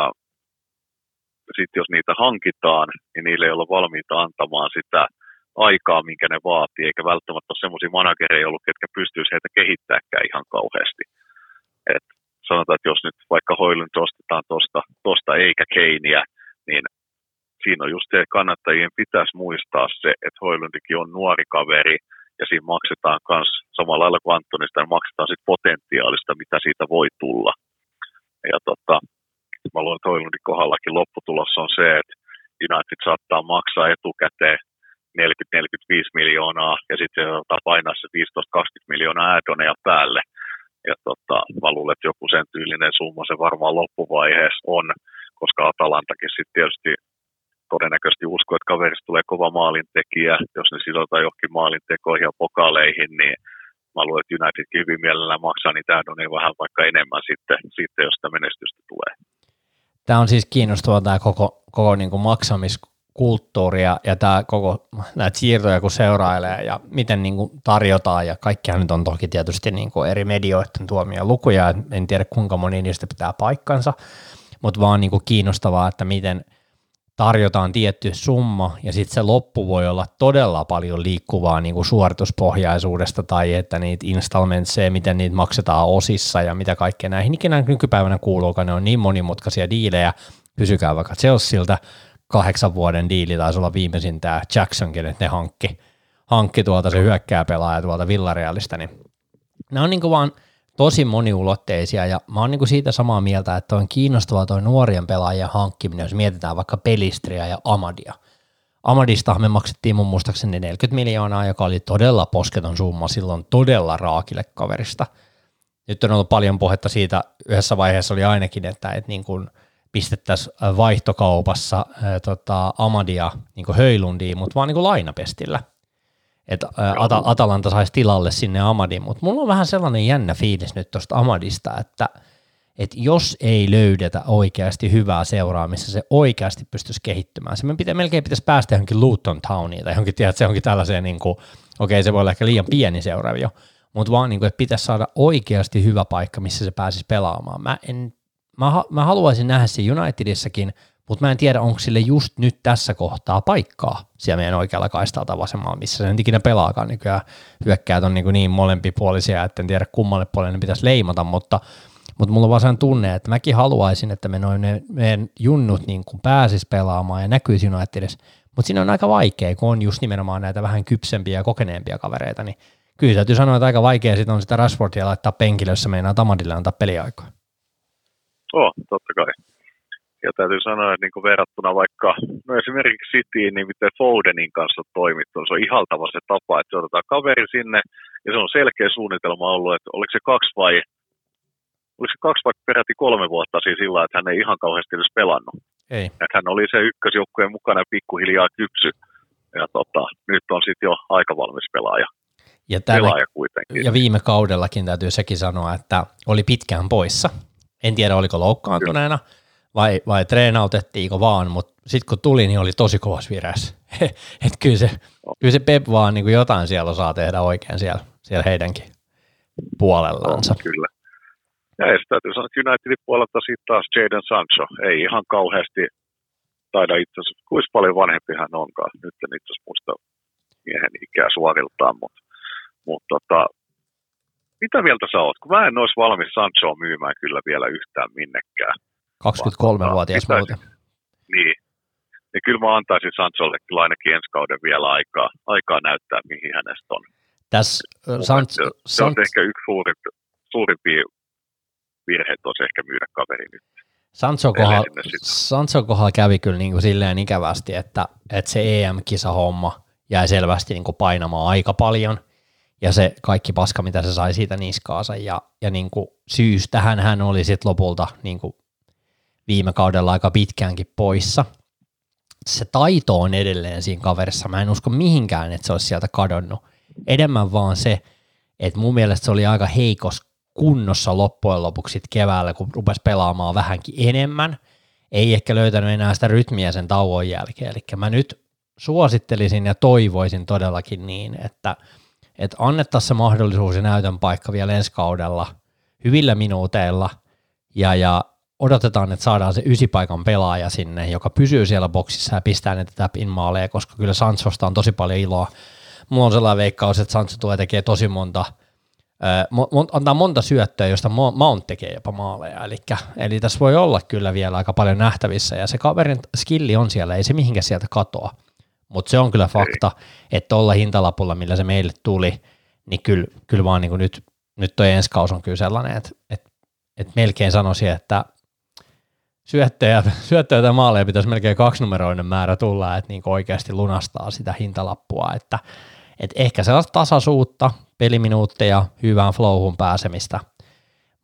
sitten jos niitä hankitaan, niin niille ei ole valmiita antamaan sitä aikaa, minkä ne vaatii, eikä välttämättä ole semmoisia managereja ollut, ketkä pystyisi heitä kehittääkään ihan kauheasti. Et sanotaan, että jos nyt vaikka Højlund ostetaan tosta eikä Keiniä, niin siinä on just se, että kannattajien pitäisi muistaa se, että Højlundikin on nuori kaveri, ja siinä maksetaan myös samalla lailla kuin Antonista, niin maksetaan sit potentiaalista, mitä siitä voi tulla. Ja mä luulen, että Højlundin kohdallakin lopputulos on se, että United saattaa maksaa etukäteen 40-45 miljoonaa, ja sitten se saattaa painaa se 15-20 miljoonaa add-oneja päälle. Ja mä luulen, että joku sen tyylinen summa se varmaan loppuvaiheessa on, koska Atalantakin sitten tietysti todennäköisesti usko, että kaverista tulee kova maalintekijä, jos ne sidotaan johonkin maalintekoihin ja pokaaleihin, niin mä luulen, että Unitedkin hyvin mielellään maksaa niitä addonia vähän vaikka enemmän sitten jos sitä menestystä tulee. Tämä on siis kiinnostavaa tämä koko niin kuin maksamiskulttuuri ja tämä koko näitä siirtoja kun seurailee ja miten niin kuin tarjotaan ja kaikkihan nyt on toki tietysti niin kuin eri medioiden tuomia lukuja, en tiedä kuinka moni niistä pitää paikkansa, mutta vaan niin kuin kiinnostavaa, että miten tarjotaan tietty summa ja sitten se loppu voi olla todella paljon liikkuvaa niin kuin suorituspohjaisuudesta tai että niitä installmentseja, miten niitä maksetaan osissa ja mitä kaikkea näihin ikinä nykypäivänä kuuluukaan, ne on niin monimutkaisia diilejä, kysykää vaikka Chelsealtä 8 vuoden diili taisi olla viimeisin tämä Jacksonkin, että ne hankki tuolta se hyökkääpelaaja tuolta Villarealista, niin nämä on niin kuin vaan tosi moniulotteisia ja mä oon niinku siitä samaa mieltä, että on kiinnostavaa toi nuorien pelaajien hankkiminen, jos mietitään vaikka Pelistriä ja Amadia. Amadista me maksettiin mun muistaakseni 40 miljoonaa, joka oli todella posketon summa silloin todella raakille kaverista. Nyt on ollut paljon puhetta siitä, yhdessä vaiheessa oli ainakin, että niin kuin pistettäisiin vaihtokaupassa Amadia niin kuin Höjlundiin, mutta vaan niin kuin lainapestillä. Että Atalanta saisi tilalle sinne Amadin, mutta mulla on vähän sellainen jännä fiilis nyt tuosta Amadista, että jos ei löydetä oikeasti hyvää seuraa, missä se oikeasti pystyisi kehittymään, se melkein pitäisi päästä johonkin Luton Towniin tai johonkin, tiedät, se johonkin tällaiseen, niin kuin, okei, se voi olla ehkä liian pieni seura jo, mutta vaan niin kuin, että pitäisi saada oikeasti hyvä paikka, missä se pääsisi pelaamaan. Mä haluaisin nähdä se Unitedissakin, mutta mä en tiedä, onko sille just nyt tässä kohtaa paikkaa siellä meidän oikealla kaistalta vasemmalla, missä se nyt ikinä pelaakaan. Nykyään hyökkäät on niin molempipuolisia, että en tiedä kummalle puolelle ne pitäisi leimata, mutta mulla on vaan sellainen tunne, että mäkin haluaisin, että meidän junnut niin kuin pääsis pelaamaan ja näkyisi Unitedissa, mutta siinä on aika vaikea, kun on just nimenomaan näitä vähän kypsempiä ja kokeneempia kavereita, niin kyllä täytyy sanoa, että aika vaikea sit on sitä Rashfordia laittaa penkille, jos meinaa Tamadille antaa peliaikaa. Totta kai. Ja täytyy sanoa, että niin verrattuna vaikka esimerkiksi Cityin, niin miten Fodenin kanssa on toimittu, se on ihaltava se tapa, että se otetaan kaveri sinne, ja se on selkeä suunnitelma ollut, että oliko se 2 vai peräti 3 vuotta siis sillä, että hän ei ihan kauheasti edes pelannut. Ei. Että hän oli se ykkösjoukkueen mukana ja pikkuhiljaa kypsy, ja nyt on sitten jo aika valmis pelaaja. Pelaaja kuitenkin. Ja viime kaudellakin täytyy sekin sanoa, että oli pitkään poissa. En tiedä, oliko loukkaantuneena. Vai treenautettiinko vaan, mutta sitten kun tuli, niin oli tosi kovas vireessä. Että kyllä se Pep vaan niin kuin jotain siellä osaa tehdä oikein siellä heidänkin puolellaansa. Kyllä. Ja täytyy sanoa, että Unitedin puolelta sitten taas Jadon Sancho. Ei ihan kauheasti taida itse asiassa, kuinka paljon vanhempi hän onkaan. Nyt en itse asiassa muista miehen ikää suoriltaan, mutta mitä mieltä sä oot? Kun mä en olisi valmis Sanchoa myymään kyllä vielä yhtään minnekään. 23-vuotias muuten. Niin. Ja kyllä mä antaisin Sancholle kyllä ainakin ensi kauden vielä aikaa näyttää, mihin hänestä on. Se on ehkä yksi suurimpia virheitä olisi ehkä myydä kaveri nyt. Sancho kohdalla kävi kyllä niin kuin silleen ikävästi, että se EM-kisahomma jäi selvästi niin kuin painamaan aika paljon, ja se kaikki paska, mitä se sai siitä niskaansa, ja niin kuin syystähän hän oli sitten lopulta niin kuin viime kaudella aika pitkäänkin poissa. Se taito on edelleen siinä kaverissa. Mä en usko mihinkään, että se olisi sieltä kadonnut. Enemmän vaan se, että mun mielestä se oli aika heikos kunnossa loppujen lopuksi keväällä, kun rupesi pelaamaan vähänkin enemmän. Ei ehkä löytänyt enää sitä rytmiä sen tauon jälkeen. Eli mä nyt suosittelisin ja toivoisin todellakin niin, että annettaisiin se mahdollisuus ja näytön paikka vielä ensi kaudella hyvillä minuuteilla ja odotetaan, että saadaan se 9-paikan pelaaja sinne, joka pysyy siellä boksissa ja pistää niitä tap-in-maaleja, koska kyllä Sanchosta on tosi paljon iloa. Mulla on sellainen veikkaus, että Sancho tulee tekee tosi antaa monta syöttöä, josta Mount tekee jopa maaleja. Eli tässä voi olla kyllä vielä aika paljon nähtävissä, ja se kaverin skilli on siellä, ei se mihinkään sieltä katoa. Mutta se on kyllä fakta, että tuolla hintalapulla, millä se meille tuli, niin kyllä vaan niin kuin nyt toi ensi kaus on kyllä sellainen, että melkein sanoisin, että syöttöjä tai maaleja pitäisi melkein 2-numeroinen määrä tulla, että niin oikeasti lunastaa sitä hintalappua, että ehkä sellaista tasaisuutta, peliminuutteja, hyvään flowhun pääsemistä,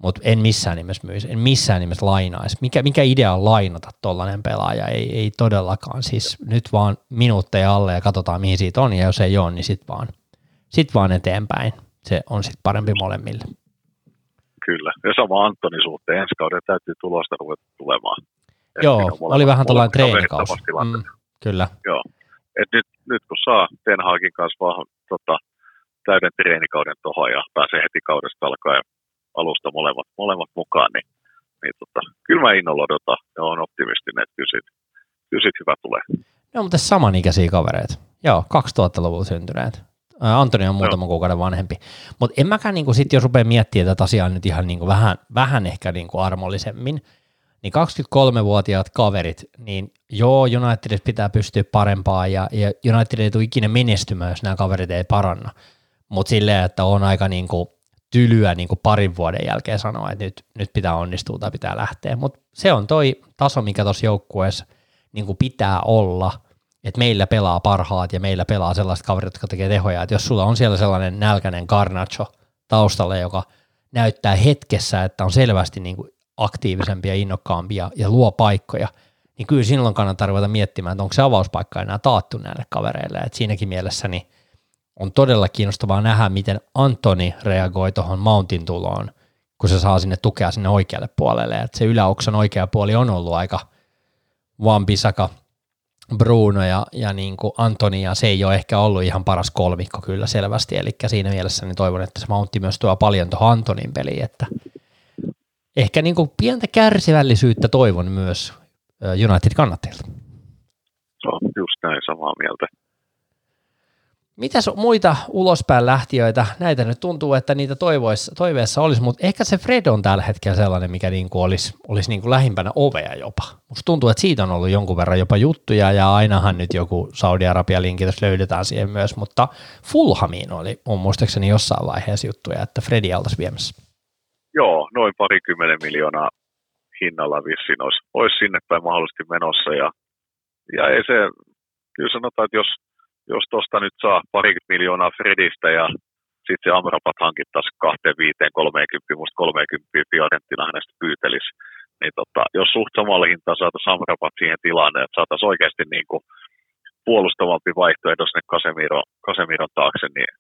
mutta en missään nimessä myisi, en missään nimessä lainaisi. Mikä idea on lainata tollainen pelaaja? Ei todellakaan. Siis nyt vaan minuutteja alle ja katsotaan mihin siitä on, ja jos ei ole, niin sit vaan eteenpäin. Se on sitten parempi molemmille. Kyllä, ja sama Antoni suhteen. Ensi kauden täytyy tulosta ruveta tulemaan. Joo, oli vähän tällainen treenikausi. Kyllä. Joo, et nyt kun saa Ten Hagin kanssa vaan täyden treenikauden tuohon ja pääsee heti kaudesta alkaen alusta molemmat mukaan, niin kyllä mä innolla odotan ja olen optimistinen, että kyllä sit hyvä tulee. Ne on muuten samanikäisiä kavereita. Joo, 2000-luvulla syntyneet. Antoni on muutaman kuukauden vanhempi. Mutta en mäkään, niin sit jos rupeaa miettimään tätä asiaa nyt ihan niin vähän ehkä niin armollisemmin, niin 23-vuotiaat kaverit, niin joo, Unitedissa pitää pystyä parempaan ja United ei tule ikinä menestymään, jos nämä kaverit ei paranna. Mutta silleen, että on aika niin kuin tylyä niin kuin parin vuoden jälkeen sanoa, että nyt pitää onnistua tai pitää lähteä. Mutta se on toi taso, mikä tuossa joukkueessa niin kuin pitää olla, että meillä pelaa parhaat ja meillä pelaa sellaiset kaverit, jotka tekee tehoja. Että jos sulla on siellä sellainen nälkäinen Garnacho taustalla, joka näyttää hetkessä, että on selvästi niin kuin aktiivisempi ja innokkaampi ja luo paikkoja, niin kyllä silloin kannattaa ruveta miettimään, että onko se avauspaikka enää taattu näille kavereille. Et siinäkin mielessä niin on todella kiinnostavaa nähdä, miten Antoni reagoi tuohon Mountin tuloon, kun se saa sinne tukea sinne oikealle puolelle. Et se yläoksan oikea puoli on ollut aika Wan-Bissaka, Bruno ja niin kuin Antoni, ja se ei ole ehkä ollut ihan paras kolmikko kyllä selvästi, eli siinä mielessä niin toivon, että se Mountti myös tuo paljon tuohon Antonin peliin, että ehkä niin kuin pientä kärsivällisyyttä toivon myös United-kannattajilta. No, just näin, samaa mieltä. Mitäs muita ulospäin lähtiöitä? Näitä nyt tuntuu, että niitä toiveessa olisi, mutta ehkä se Fred on tällä hetkellä sellainen, mikä niin kuin olisi niin kuin lähimpänä ovea jopa. Musta tuntuu, että siitä on ollut jonkun verran jopa juttuja, ja ainahan nyt joku Saudi-Arabia-linkitys löydetään siihen myös, mutta Fulhamiin on muistaakseni jossain vaiheessa juttuja, että Fredi oltaisiin viemässä. Joo, noin 20 miljoonaa hinnalla vissiin olisi sinne päin mahdollisesti menossa, ja ei se, kyllä sanotaan, että jos tuosta nyt saa 20 miljoonaa Fredistä ja sitten se Amrabat hankittaisiin 25-30, musta 30 Fiorentina hänestä pyytelisi, niin jos suht samalla hintaa saataisiin Amrabat siihen tilanne, että saataisiin oikeasti niin kuin puolustavampi vaihtoehto sinne Casemiron taakse, niin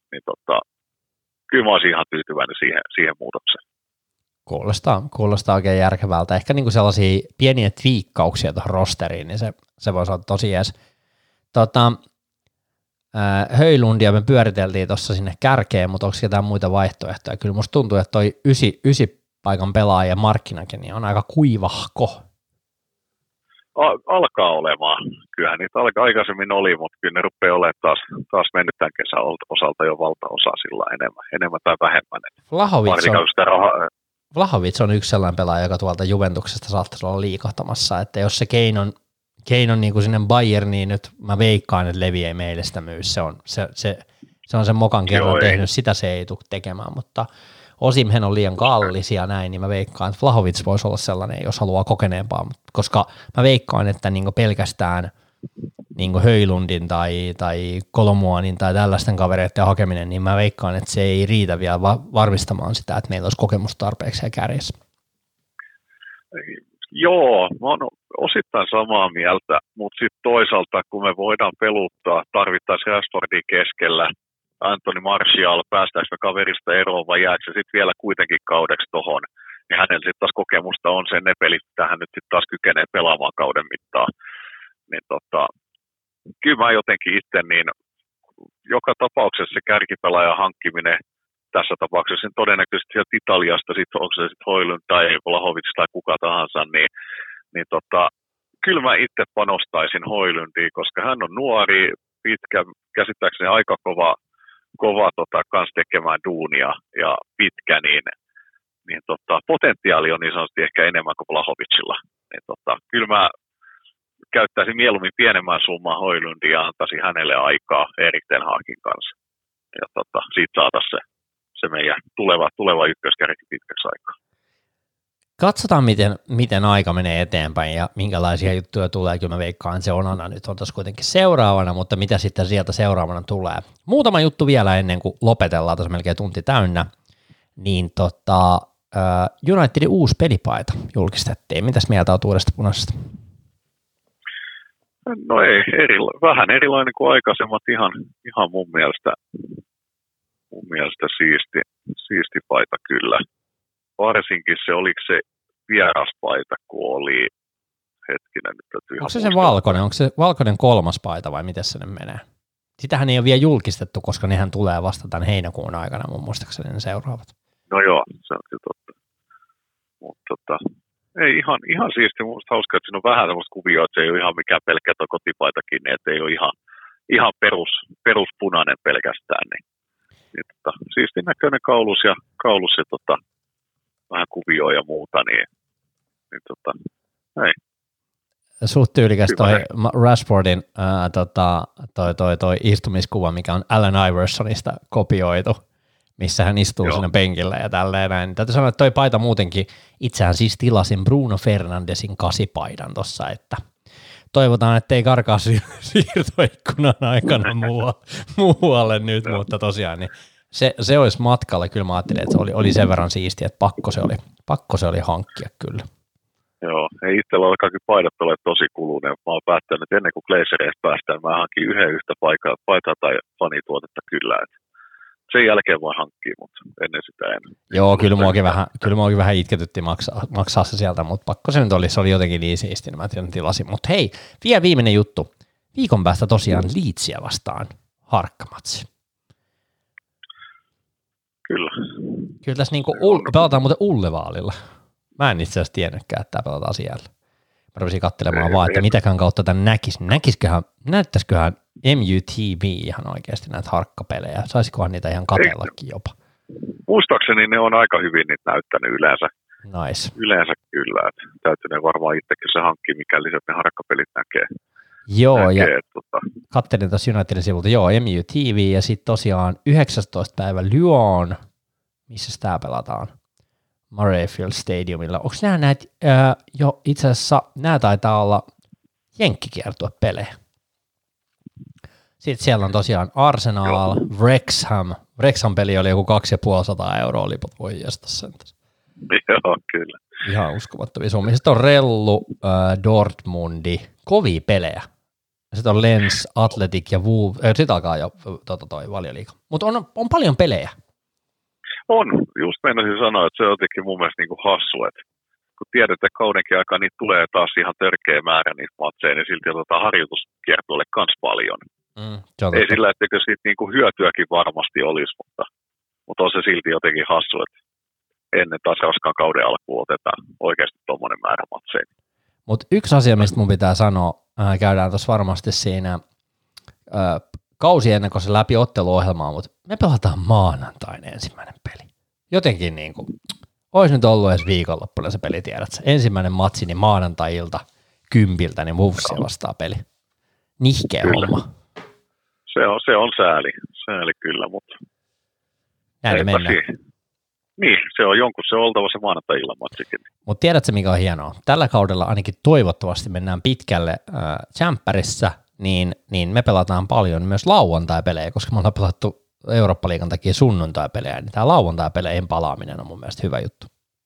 kyllä mä olisin ihan tyytyväinen siihen muutokseen. Kuulostaa oikein järkevältä. Ehkä niin kuin sellaisia pieniä twiikkauksia tuohon rosteriin, niin se voisi olla tosi jees. Höjlundia me pyöriteltiin tuossa sinne kärkeen, mutta onko jotain muita vaihtoehtoja? Kyllä musta tuntuu, että toi 9 paikan pelaaja markkinakin niin on aika kuivahko. Alkaa olemaan. Kyllähän niitä aikaisemmin oli, mutta kyllä ne rupeaa olemaan taas mennyt tämän kesän osalta jo valtaosa sillä enemmän tai vähemmän. Vlahovic on yksi sellainen pelaaja, joka tuolta Juventuksesta saattaisi olla liikahtamassa, että jos se Keinon niin kuin sinne Bayerniin nyt, mä veikkaan, että Levi ei meille sitä myy. Se on sen mokan kerran tehnyt, sitä se ei tule tekemään, mutta Osimhen on liian kallis ja näin, niin mä veikkaan, että Vlahovic voisi olla sellainen, jos haluaa kokeneempaa, koska mä veikkaan, että niin kuin pelkästään niin kuin Höjlundin tai Kolomuanin tai tällaisten kavereiden hakeminen, niin mä veikkaan, että se ei riitä vielä varmistamaan sitä, että meillä olisi kokemusta tarpeeksi ja kärjessä. Joo, mä oon osittain samaa mieltä, mutta sitten toisaalta, kun me voidaan peluttaa, tarvittaisiin Rashfordin keskellä, Anthony Martial, päästäänkö me kaverista eroon vai jääkö se sitten vielä kuitenkin kaudeksi tohon, niin hänellä sitten taas kokemusta on sen ne pelit, mitä hän nyt sitten taas kykenee pelaamaan kauden mittaan. Niin kyllä mä jotenkin itse, niin joka tapauksessa se kärkipelaajan hankkiminen, tässä tapauksessa niin todennäköisesti sieltä Italiasta, sit, onko se sitten Højlund tai Vlahovic tai kuka tahansa, niin kyllä mä itse panostaisin Højlundiin, koska hän on nuori, pitkä, käsittääkseni aika kova kans tekemään duunia ja pitkä, niin potentiaali on niin sanotusti ehkä enemmän kuin Vlahovicilla. Niin kyllä mä käyttäisin mieluummin pienemmän summan Højlundia ja antaisin hänelle aikaa Erik Ten Hagin kanssa. Ja siitä saataisiin se meidän tuleva ykköskärki pitkäksi aikaa. Katsotaan, miten aika menee eteenpäin ja minkälaisia juttuja tulee. Kyllä mä veikkaan, että se Onana nyt on tässä kuitenkin seuraavana, mutta mitä sitten sieltä seuraavana tulee. Muutama juttu vielä ennen kuin lopetellaan, tässä melkein tunti täynnä. Niin Unitedin uusi pelipaita julkistettiin. Mitäs mieltä olet uudesta punaisesta? No ei, vähän erilainen kuin aikaisemmat, ihan mun mielestä siisti paita kyllä. Varsinkin se, oliko se vieraspaita, kun oli, hetkinen nyt. Onko se valkoinen? Onko se valkoinen kolmas paita vai miten se nyt menee? Sitähän ei ole vielä julkistettu, koska nehän tulee vasta tämän heinäkuun aikana, mun muistaakseni ne seuraavat. No joo, se on kyllä totta. Mutta ei ihan siisti, mun mielestä hauskaa, että siinä on vähän semmoista kuvioa, että se ei ole ihan mikään pelkkä tuo kotipaitakin, että ei ole ihan peruspunainen pelkästään. Niin, siistin näköinen kaulus ja vähän kuvioa ja muuta, niin ei. Suht tyylikäs toi Rashfordin toi istumiskuva, mikä on Allen Iversonista kopioitu, missä hän istuu siinä penkillä ja tälleen näin. Täytyy sanoa, että toi paita muutenkin, itsehän siis tilasin Bruno Fernandesin kasipaidan tossa, että toivotaan, että ei karkaa siirtoikkunan aikana muualle nyt, mutta tosiaan niin se olisi matkalla. Kyllä mä ajattelin, että se oli sen verran siistiä, että pakko se oli hankkia kyllä. Joo, ei itsellä alkaa kyllä paidat ole tosi kuluneet. Mä oon päättänyt, että ennen kuin Glazereista päästään, mä hankin yhtä paitaa tai fanituotetta kyllä. Et sen jälkeen voi hankkia, mutta ennen sitä en. Joo, kyllä muakin vähän itketytti maksaa se sieltä, mutta pakko se nyt oli, se oli jotenkin niin siistiä, mä tilasin. Mutta hei, vielä viimeinen juttu. Viikon päästä tosiaan Leedsiä vastaan harkkamatsi. Kyllä. Kyllä tässä niinku pelataan muuten Ullevaalilla. Mä en itse asiassa tiennytkään, että tämä pelataan siellä. Mä rupesin katselemaan vaan, että mitäkään kautta tämän näyttäisiköhän MUTV ihan oikeasti näitä harkkapelejä. Saisikohan niitä ihan katsellakin jopa? Muistaakseni ne on aika hyvin niitä näyttänyt yleensä. Nice. Yleensä kyllä. Täytyy ne varmaan itsekin se hankkia, mikäli ne harkkapelit näkee. Joo, ja katselin tuossa Unitedin sivulta, MUTV ja sitten tosiaan 19. päivä Lyon, missä tämä pelataan? Murrayfield Stadiumilla. Onko nämä näitä, jo itse asiassa nämä taitaa olla jenkkikiertuepelejä. Sitten siellä on tosiaan Arsenal, Wrexham. Wrexham peli oli joku 250 € liput, voi jästä sen. Joo, kyllä. Ihan uskomattomia summia. Sitten on Rellu, Dortmundi, kovia pelejä. Sitten on Lens, Athletic ja Wolves. Sitten alkaa jo toi Valioliiga. Mutta on paljon pelejä. On, just meinasin sanoa, että se on jotenkin mun mielestä niinku hassu, että kun tiedät, että kaudenkin aikaa niitä tulee taas ihan törkeä määrä niitä matseja, niin silti otetaan harjoituskiertueelle kans paljon. Ei sillä, etteikö siitä niinku hyötyäkin varmasti olisi, mutta on se silti jotenkin hassu, että ennen taas raskaan kauden alkuun otetaan oikeasti tommonen määrä matseja. Mutta yksi asia, mistä mun pitää sanoa, käydään tuossa varmasti siinä kausi ennen kuin se läpi otteluohjelmaa, mutta me pelataan maanantain ensimmäinen peli. Jotenkin niin kuin, olisi nyt ollut edes viikonloppuna se peli, tiedät sä. Ensimmäinen matsi, niin maanantai-ilta 10, niin Wolvesia vastaa peli. Nihkeä homma. Se on sääli kyllä, mutta näin mennään. Niin, se on jonkun se oltava se maanantai-illan matsikin. Mutta tiedätkö mikä on hienoa? Tällä kaudella ainakin toivottavasti mennään pitkälle Champerissa, niin me pelataan paljon myös lauantai-pelejä, koska me ollaan pelattu Eurooppa-liigan takia sunnuntai-pelejä, niin tämä lauantai-peleiden palaaminen on mun mielestä hyvä juttu.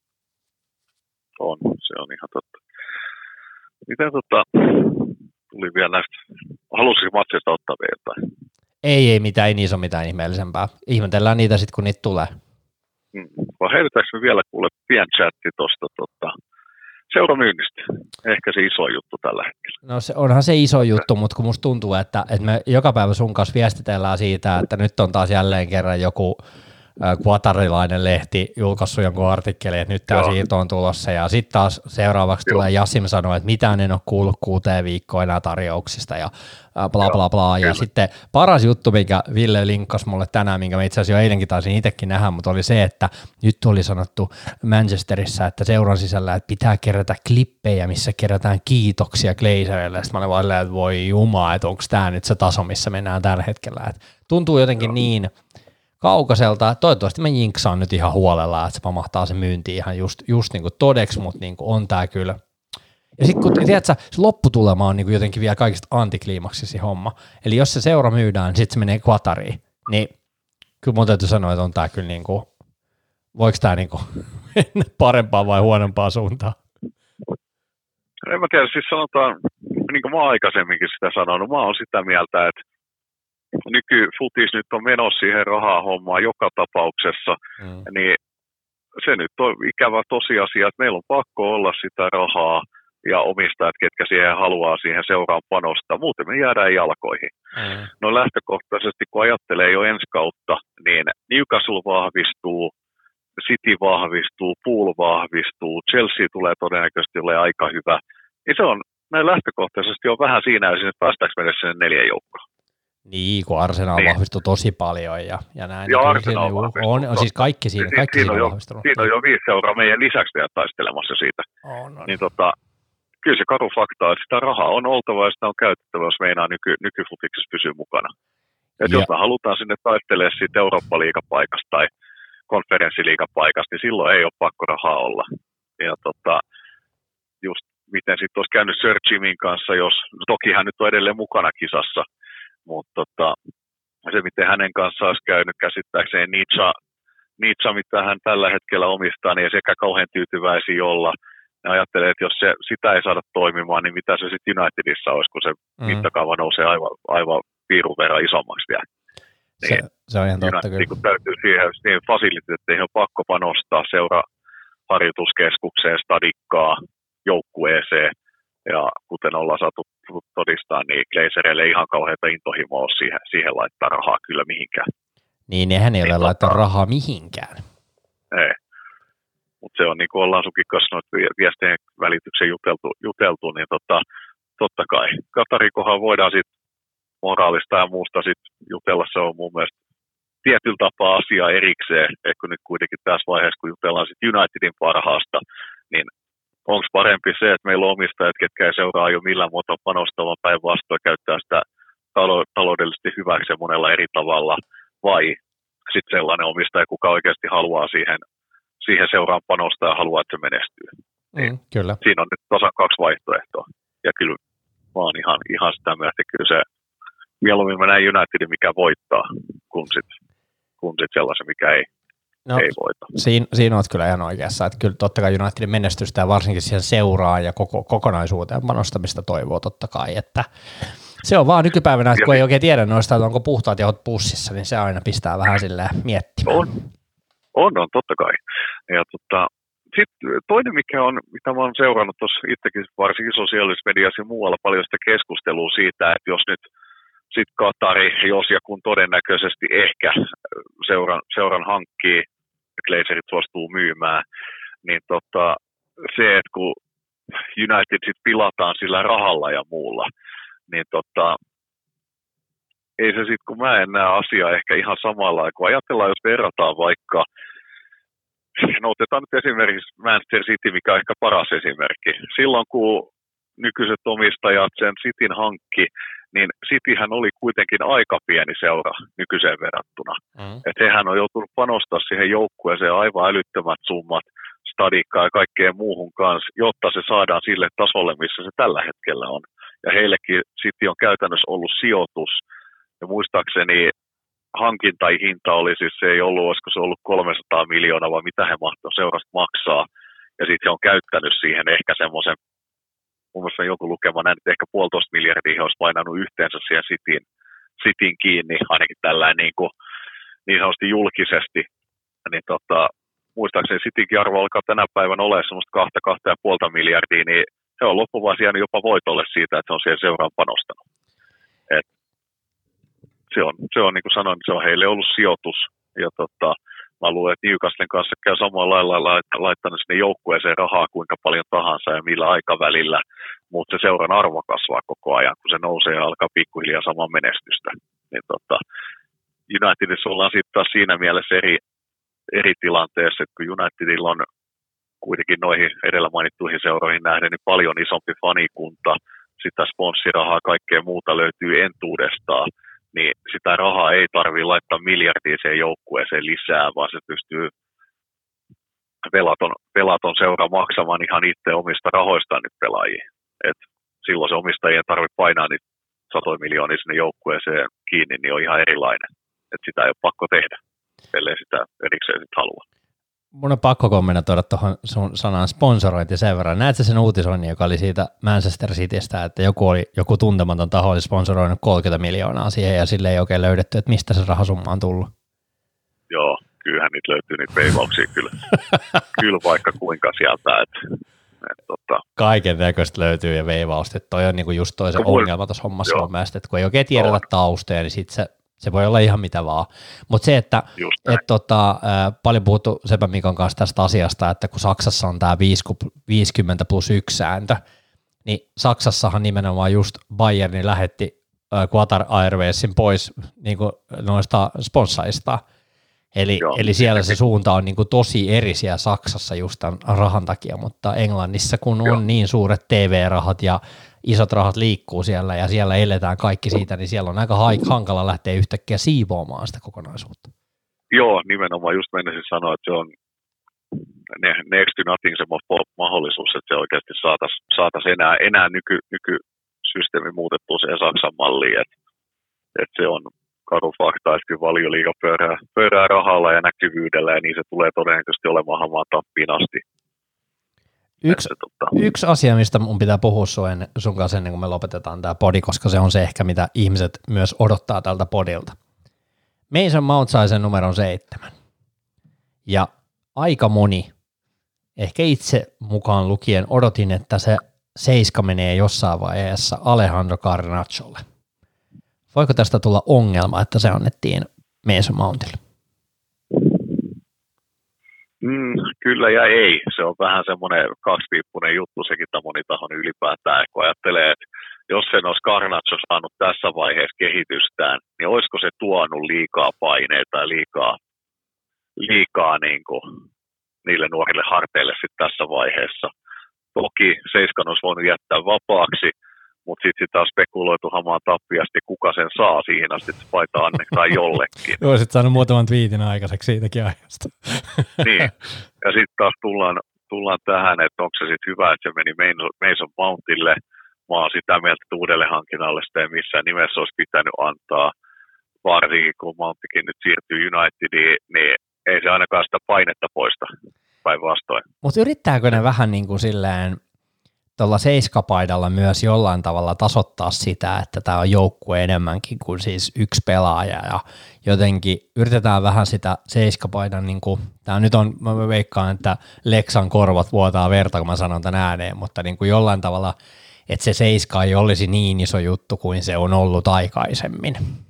On, se on ihan totta. Miten tuli vielä näistä, halusitko matseista ottaa vielä jotain? Ei mitään, ei niissä ole mitään ihmeellisempää. Ihmetellään niitä sitten, kun niitä tulee. Vai heitetäänkö me vielä kuule pien chatti tuosta seuramyynnistä? Ehkä se iso juttu tällä hetkellä. No onhan se iso juttu, mutta kun musta tuntuu, että me joka päivä sun kanssa viestitellään siitä, että nyt on taas jälleen kerran joku qatarilainen lehti julkaissut jonkun artikkelin, että nyt tämä siirto on tulossa, ja sitten taas seuraavaksi tulee Jassim sanoa, että mitään en ole kuullut 6 viikkoa enää tarjouksista, ja bla bla bla, ja sitten paras juttu, minkä Ville linkkasi mulle tänään, minkä mä itse asiassa jo eilenkin taisin itsekin nähdä, mutta oli se, että nyt oli sanottu Manchesterissa, että seuran sisällä, että pitää kerätä klippejä, missä kerätään kiitoksia Glazerille, ja sitten mä olin vaan, että voi jumala, että onko tämä nyt se taso, missä mennään tällä hetkellä, että tuntuu jotenkin niin kaukaiselta. Toivottavasti mä jinksaan nyt ihan huolella, että se pamahtaa se myynti ihan just niin kuin todeksi, mutta niin kuin on tää kyllä. Ja sitten kun tiedätkö, se lopputulema on niin kuin jotenkin vielä kaikista antikliimaksisi homma. Eli jos se seura myydään, niin sitten se menee Qatariin. Niin kyllä mun täytyy sanoa, että on tää kyllä niin kuin, voiko tää niin kuin parempaa vai huonompaa suuntaan? En mä tiedä, siis sanotaan, niin kuin mä oon aikaisemminkin sitä sanonut, mä oon sitä mieltä, että nykyfutis nyt on menossa siihen rahaa hommaan joka tapauksessa, niin se nyt on ikävä tosiasia, että meillä on pakko olla sitä rahaa ja omistajat, ketkä siihen haluaa siihen seuraan panostaa. Muuten me jäädään jalkoihin. No lähtökohtaisesti, kun ajattelee jo ensi kautta, niin Newcastle vahvistuu, City vahvistuu, Pool vahvistuu, Chelsea tulee todennäköisesti olemaan aika hyvä. Niin se on, näin lähtökohtaisesti on vähän siinä, että päästäänkö meille sinne 4 joukkoon. Niin, kun Arsenal vahvistui tosi paljon ja näin. Ja Arsenal on siis kaikki siinä vahvistunut. Siinä on jo 5 seuraa meidän lisäksi vielä taistelemassa siitä. On. Niin kyllä se karu fakta on, että sitä rahaa on oltava ja sitä on käytettävä, jos meinaa nykyfutiksessa pysyä mukana. Et jos me halutaan sinne taistelemaan siitä Eurooppa-liigapaikasta tai konferenssiliigapaikasta, niin silloin ei ole pakko rahaa olla. Ja just miten sitten olisi käynyt Sir Jimin kanssa, jos toki hän nyt on edelleen mukana kisassa, mutta se miten hänen kanssaan olisi käynyt käsittääkseen Nietzsche, mitä hän tällä hetkellä omistaa, niin ei sekä kauhean tyytyväisiä olla. Ja ajattelee, että jos sitä ei saada toimimaan, niin mitä se sitten Unitedissa olisi, kun se mittakaava nousee aivan piirun verran isommaksi vielä. Niin, se on ihan totta kyllä. Kun täytyy siihen fasiliteetteihin on pakko panostaa harjoituskeskukseen, stadikkaa, joukkueeseen. Ja kuten ollaan saatu todistaa, niin Glazereille ei ihan kauheita intohimoa siihen laittaa rahaa kyllä mihinkään. Niin, eihän ei ole laittaa rahaa mihinkään. Ei. Mutta se on niin kuin ollaan sunkin kanssa noita viestien välityksen juteltu niin totta kai. Katarikohan voidaan sitten moraalista ja muusta sit jutella, se on mun mielestä tietyllä tapaa asia erikseen, kun nyt kuitenkin tässä vaiheessa, kun jutellaan sit Unitedin parhaasta, niin onko parempi se, että meillä on omistajat, ketkä ei seuraa jo millään muotoa panostavan päinvastoin, käyttää sitä taloudellisesti hyväksi monella eri tavalla, vai sitten sellainen omistaja, kuka oikeasti haluaa siihen seuraan panostaa ja haluaa, että se menestyy. Kyllä. Siinä on nyt tasan 2 vaihtoehtoa. Ja kyllä mä oon ihan sitä mieltä, että kyllä se mieluummin mä näin Unitedin, mikä voittaa, kun sit sellaisen, mikä ei voita. Siinä olet kyllä ihan oikeassa, että kyllä totta kai Unitedin menestystä ja varsinkin siihen seuraa ja kokonaisuuteen panostamista toivoo totta kai, että se on vaan nykypäivänä, että kun ei oikein tiedä noista, että onko puhtaat jahot pussissa, niin se aina pistää vähän silleen miettimään. On, totta kai. Ja sitten toinen, mitä mä oon seurannut tuossa itsekin, varsinkin sosiaalisessa mediassa ja muualla paljon sitä keskustelua siitä, että jos nyt sitten Katari, jos ja kun todennäköisesti ehkä seuran hankkii, Glazerit suostuu myymään, niin se, että kun United sitten pilataan sillä rahalla ja muulla, niin ei se sitten, kun mä en näe asiaa ehkä ihan samalla, kun ajatellaan, jos verrataan vaikka, no otetaan nyt esimerkiksi Manchester City, mikä on ehkä paras esimerkki. Silloin, kun nykyiset omistajat sen Cityn hankki, niin Cityhän oli kuitenkin aika pieni seura nykyiseen verrattuna. Että hehän on joutunut panostaa siihen joukkueeseen aivan älyttömät summat, stadikkaa ja kaikkeen muuhun kanssa, jotta se saadaan sille tasolle, missä se tällä hetkellä on. Ja heillekin City on käytännössä ollut sijoitus. Ja muistaakseni hankintahinta oli siis, se ei ollut, olisiko se ollut 300 miljoonaa, vai mitä he mahtoivat seurasta maksaa. Ja sitten he on käyttänyt siihen ehkä semmoisen, mun mielestä joku lukema näin, että ehkä 1,5 miljardia he olisi painanut yhteensä siihen Cityn kiinni, ainakin tällainen niin sanotusti julkisesti. Niin muistaakseni Citynkin arvo alkaa tänä päivänä olemaan semmoista 2,5 miljardia, niin se on loppuvaiheessa jäänyt jopa voitolle siitä, että se on siihen seuraan panostanut. Et se on niin kuin sanoin, se on heille ollut sijoitus. Ja mä luulen, että Newcastlen kanssa käy samalla lailla laittanut sinne joukkueeseen rahaa kuinka paljon tahansa ja millä aikavälillä, mutta se seuran arvo kasvaa koko ajan, kun se nousee ja alkaa pikkuhiljaa saman menestystä. Niin Unitedissa ollaan sitten taas siinä mielessä eri tilanteessa, että kun Unitedilla on kuitenkin noihin edellä mainittuihin seuroihin nähden niin paljon isompi fanikunta, sitä sponssirahaa, kaikkea muuta löytyy entuudestaan, niin sitä rahaa ei tarvitse laittaa miljardiiseen joukkueeseen lisää, vaan se pystyy velaton seura maksamaan ihan itse omista rahoistaan nyt pelaajia. Et silloin se omistajien tarvitse painaa niitä 100 miljoonia sinne joukkueeseen kiinni, niin on ihan erilainen. Et sitä ei ole pakko tehdä, ellei sitä erikseen sit halua. mun on pakko kommentoida tuohon sun sanan sponsorointi sen verran. Näetkö sen uutisoinnin, joka oli siitä Manchester Citystä, että joku tuntematon taho oli sponsoroinut 30 miljoonaa siihen ja sille ei oikein löydetty, että mistä se rahasumma on tullut? Joo, kyllähän niitä löytyy niitä veivauksia kyllä, kyllä vaikka kuinka sieltä. Kaiken näköistä löytyy ja veivausta. Toi on niinku just toisen ongelma tuossa hommassa mun mielestä, että kun ei oikein tiedetä taustoja, niin sit se voi olla ihan mitä vaan. Mutta se, että paljon puhuttu Sepä Mikon kanssa tästä asiasta, että kun Saksassa on tämä 50+1 sääntö, niin Saksassahan nimenomaan just Bayern lähetti Qatar Airwaysin pois niin kuin noista sponssaista. Eli siellä se suunta on niin kuin tosi eri siellä Saksassa just tämän rahan takia, mutta Englannissa kun on niin suuret TV-rahat ja isot rahat liikkuu siellä ja siellä eletään kaikki siitä, niin siellä on aika hankala lähteä yhtäkkiä siivoamaan sitä kokonaisuutta. Joo, nimenomaan just menisin sanoa, että se on next to nothing se mahdollisuus, että se oikeasti saataisiin enää nykysysteemi muutettua siihen Saksan malliin, että se on kadu fakta, että kyllä Valioliiga pöydää rahalla ja näkyvyydellä, ja niin se tulee todennäköisesti olemaan hamaan tappiin asti. Yksi asia, mistä mun pitää puhua sun kanssa ennen kuin me lopetetaan tämä podi, koska se on se ehkä, mitä ihmiset myös odottaa tältä podilta. Mason Mount sai sen numeron 7. Ja aika moni, ehkä itse mukaan lukien, odotin, että se 7 menee jossain vaiheessa Alejandro Garnacholle. Voiko tästä tulla ongelma, että se annettiin Mason Mountille? Kyllä ja ei. Se on vähän semmoinen kaksipiippunen juttu sekin monitahon ylipäätään, kun ajattelee, että jos sen olisi Garnacho saanut tässä vaiheessa kehitystään, niin olisiko se tuonut liikaa paineita ja liikaa niin kuin niille nuorille harteille sitten tässä vaiheessa. Toki Seiskan olisi voinut jättää vapaaksi, mutta sitten taas spekuloitu hamaan tappiasti, kuka sen saa siihen asti, että se paita annetaan jollekin. Olisit saanut muutaman twiitin aikaiseksi siitäkin aiheesta. Niin, ja sitten taas tullaan tähän, että onko se sitten hyvä, että se meni Mason Mountille. Mä oon sitä mieltä, että uudelle hankinnalle sitä ei missään nimessä olisi pitänyt antaa, varsinkin kun Mounttikin nyt siirtyy Unitediin, niin ei se ainakaan sitä painetta poista päinvastoin. Mutta yrittääkö ne vähän niin kuin silleen tuolla seiskapaidalla myös jollain tavalla tasoittaa sitä, että tämä on joukkue enemmänkin kuin siis yksi pelaaja ja jotenkin yritetään vähän sitä seiskapaidan, niin kuin, tämä nyt on, mä veikkaan, että Leksan korvat vuotaa verta, kun mä sanon tämän ääneen, mutta niin kuin jollain tavalla, että se seiska ei olisi niin iso juttu kuin se on ollut aikaisemmin.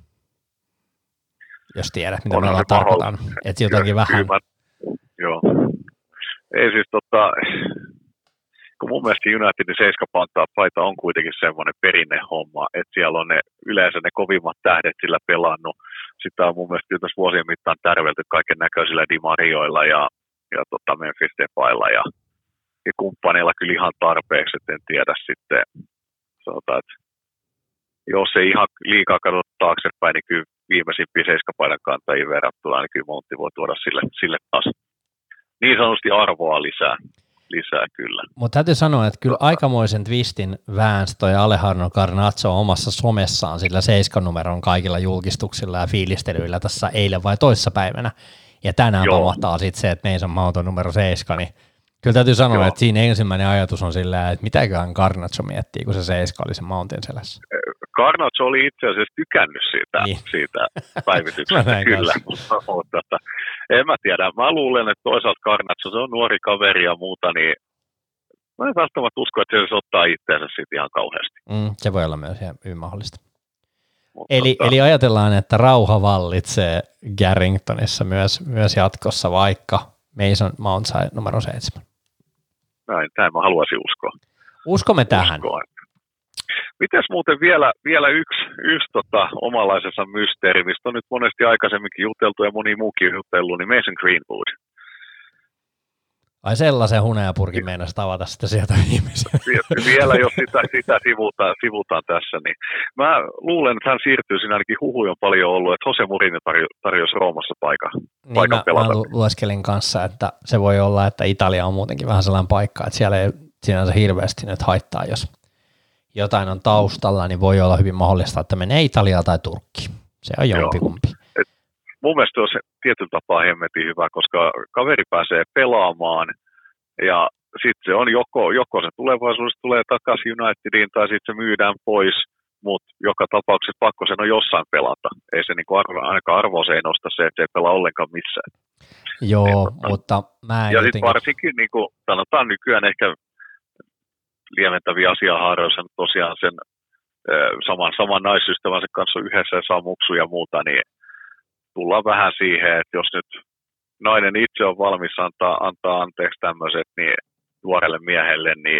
Jos tiedät, mitä mä tarkoitan. Että jotenkin vähän. Joo. Ei siis kun mun mielestä Unitedin seiskapaita on kuitenkin semmoinen perinnehomma, että siellä on yleensä ne kovimmat tähdet sillä pelannut. Sitä on mun mielestä tässä vuosien mittaan tärvelty kaiken näköisillä Di Marioilla ja Memphis Depailla ja kumppaneilla kyllä ihan tarpeeksi, että en tiedä sitten, sanotaan, että jos ei ihan liikaa katsota taaksepäin, niin kyllä viimeisimpiä seiskapaidan kantajiin verrattuna, niin kyllä Montti voi tuoda sille taas niin sanotusti arvoa lisää kyllä. Mutta täytyy sanoa, että kyllä aikamoisen twistin väänsi toi Alejandro Garnacho omassa somessaan sillä 7-numeron kaikilla julkistuksilla ja fiilistelyillä tässä eilen vai toissapäivänä. Ja tänään pamahtaa sitten se, että Mason Mount on numero 7, niin kyllä täytyy sanoa, että siinä ensimmäinen ajatus on sillä, että mitäköhän Garnacho miettii, kun se 7 oli sen Mountin selässä. Garnacho oli itse asiassa tykännyt siitä päivityksestä, kyllä. Mutta en mä tiedä. Mä luulen, että toisaalta Garnacho, se on nuori kaveri ja muuta, niin mä en välttämättä usko, että se ottaa itseensä siitä ihan kauheasti. Se voi olla myös ihan hyvin mahdollista. Eli ajatellaan, että rauha vallitsee Garringtonissa myös jatkossa, vaikka Mason Mount sai numero 7. Näin mä haluaisin uskoa. Uskomme tähän. Mites muuten vielä yksi omalaisensa mysteeri, mistä on nyt monesti aikaisemminkin juteltu ja moni muukin jutellut, niin Mason Greenwood. Ai sellaisen hunajapurkin meinasi tavata sitten sieltä ihmisiä. Vielä jos sitä sivutaan tässä, niin mä luulen, että hän siirtyy, siinä ainakin huhuja on paljon ollut, että Jose Mourinho tarjosi Roomassa paikan pelata. Mä lueskelin kanssa, että se voi olla, että Italia on muutenkin vähän sellainen paikka, että siellä ei sinänsä hirveästi nyt haittaa, jos jotain on taustalla, niin voi olla hyvin mahdollista, että menee Italiaan tai Turkkiin. Se on jompikumpi. Mun mielestä olisi tietyllä tapaa hemmetin hyvä, koska kaveri pääsee pelaamaan ja sitten se on joko se tulevaisuudessa tulee takaisin Unitediin tai sitten se myydään pois, mutta joka tapauksessa pakko sen on jossain pelata. Ei se niinku ainakaan arvoa ei nosta se, että ei pelaa ollenkaan missään. Joo, niin, mutta mä en ja sitten varsinkin, niin kuin sanotaan nykyään ehkä lieventäviä asiahaaroissa tosiaan sen saman naisystävänsä kanssa yhdessä ja saa muksuja ja muuta, niin tullaan vähän siihen, että jos nyt nainen itse on valmis antaa anteeksi tämmöiset niin nuorelle miehelle, niin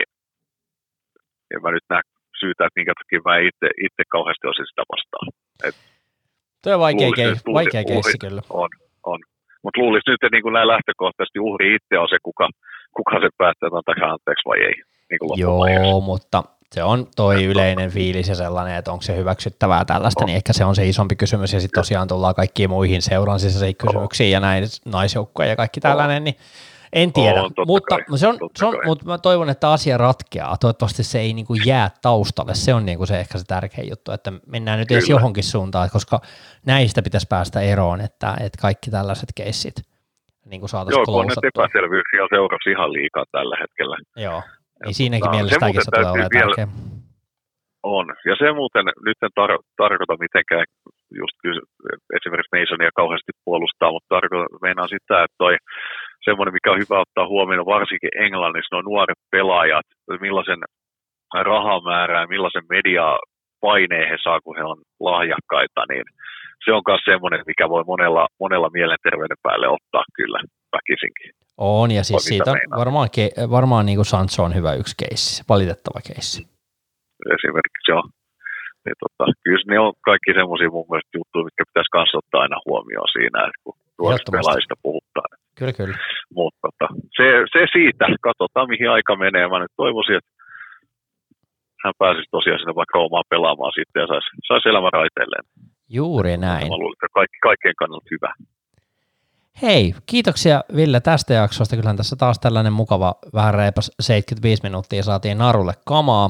en mä nyt näe syytä, että minkä takia mä itse kauheasti olisin sitä vastaan. Tuo on vaikea keissi kyllä. On. Mutta luulisi nyt, että niin näin lähtökohtaisesti uhri itse on se, kuka se päättää, että antaako anteeksi vai ei. Niin joo, mutta se on toi yleinen fiilis ja sellainen, että onko se hyväksyttävää tällaista, niin ehkä se on se isompi kysymys, ja sitten tosiaan tullaan kaikkiin muihin seuran sisäisiin kysymyksiin ja näin naisjoukkoja ja kaikki tällainen, niin en tiedä, mutta mä toivon, että asia ratkeaa. Toivottavasti se ei niinku jää taustalle, se on niinku se ehkä se tärkein juttu, että mennään nyt edes johonkin suuntaan, koska näistä pitäisi päästä eroon, että kaikki tällaiset keissit niin saataisiin klousattua. Joo, kun on epäselvyyksiä seurassa ihan liikaa tällä hetkellä. Joo, niin siinäkin mielessä kaikissa tulee olemaan tärkeä. On, ja se muuten nyt en tarkoita mitenkään just esimerkiksi Masonia kauheasti puolustaa, mutta meinaan sitä, että toi semmoinen, mikä on hyvä ottaa huomioon, varsinkin Englannissa, nuo nuoret pelaajat, millaisen rahamäärää ja millaisen mediapaineen he saa, kun he on lahjakkaita, niin se on myös semmoinen, mikä voi monella mielenterveyden päälle ottaa kyllä väkisinkin. On, ja siis siitä varmaan niin kuin Sancho on hyvä yksi keissi, valitettava keissi. Esimerkiksi joo. Kyllä ne on kaikki semmoisia mun mielestä juttuja, mitkä pitäisi kanssa ottaa aina huomioon siinä, että kun nuorista pelaajista puhutaan. Kyllä. Mutta se siitä, katsotaan mihin aika menee. Mä nyt toivoisin, että hän pääsisi tosiaan sinne vaikka omaan pelaamaan sitten ja saisi elämän raiteilleen. Juuri näin. Mä luulen, että kaikkien kannalta hyvä. Hei, kiitoksia Ville tästä jaksosta. Kyllähän tässä taas tällainen mukava, vähän reipas 75 minuuttia saatiin narulle kamaa.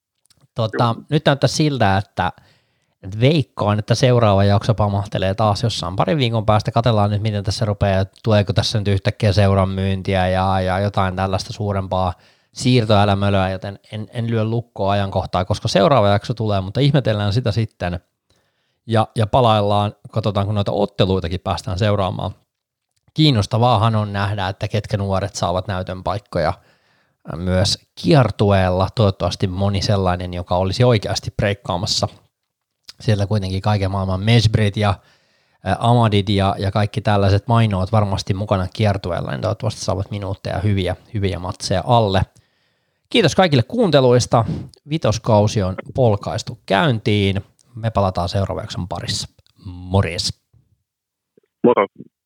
Nyt näyttää siltä, että veikkaan, että seuraava jakso pamahtelee taas jossain parin viikon päästä. Katsellaan nyt, miten tässä rupeaa, tuleeko tässä nyt yhtäkkiä seuran myyntiä ja jotain tällaista suurempaa siirtoälämölöä, joten en lyö lukkoa ajankohtaa, koska seuraava jakso tulee, mutta ihmetellään sitä sitten ja palaillaan, katsotaan, kun noita otteluitakin päästään seuraamaan. Kiinnostavaahan on nähdä, että ketkä nuoret saavat näytön paikkoja myös kiertueella, toivottavasti moni sellainen, joka olisi oikeasti breikkaamassa. Sieltä kuitenkin kaiken maailman Mesbrit ja Amadid ja kaikki tällaiset mainoot varmasti mukana kiertueella, niin toivottavasti saavat minuutteja hyviä matseja alle. Kiitos kaikille kuunteluista. Vitoskausi on polkaistu käyntiin. Me palataan seuraavan jakson parissa. Morjes. Moro.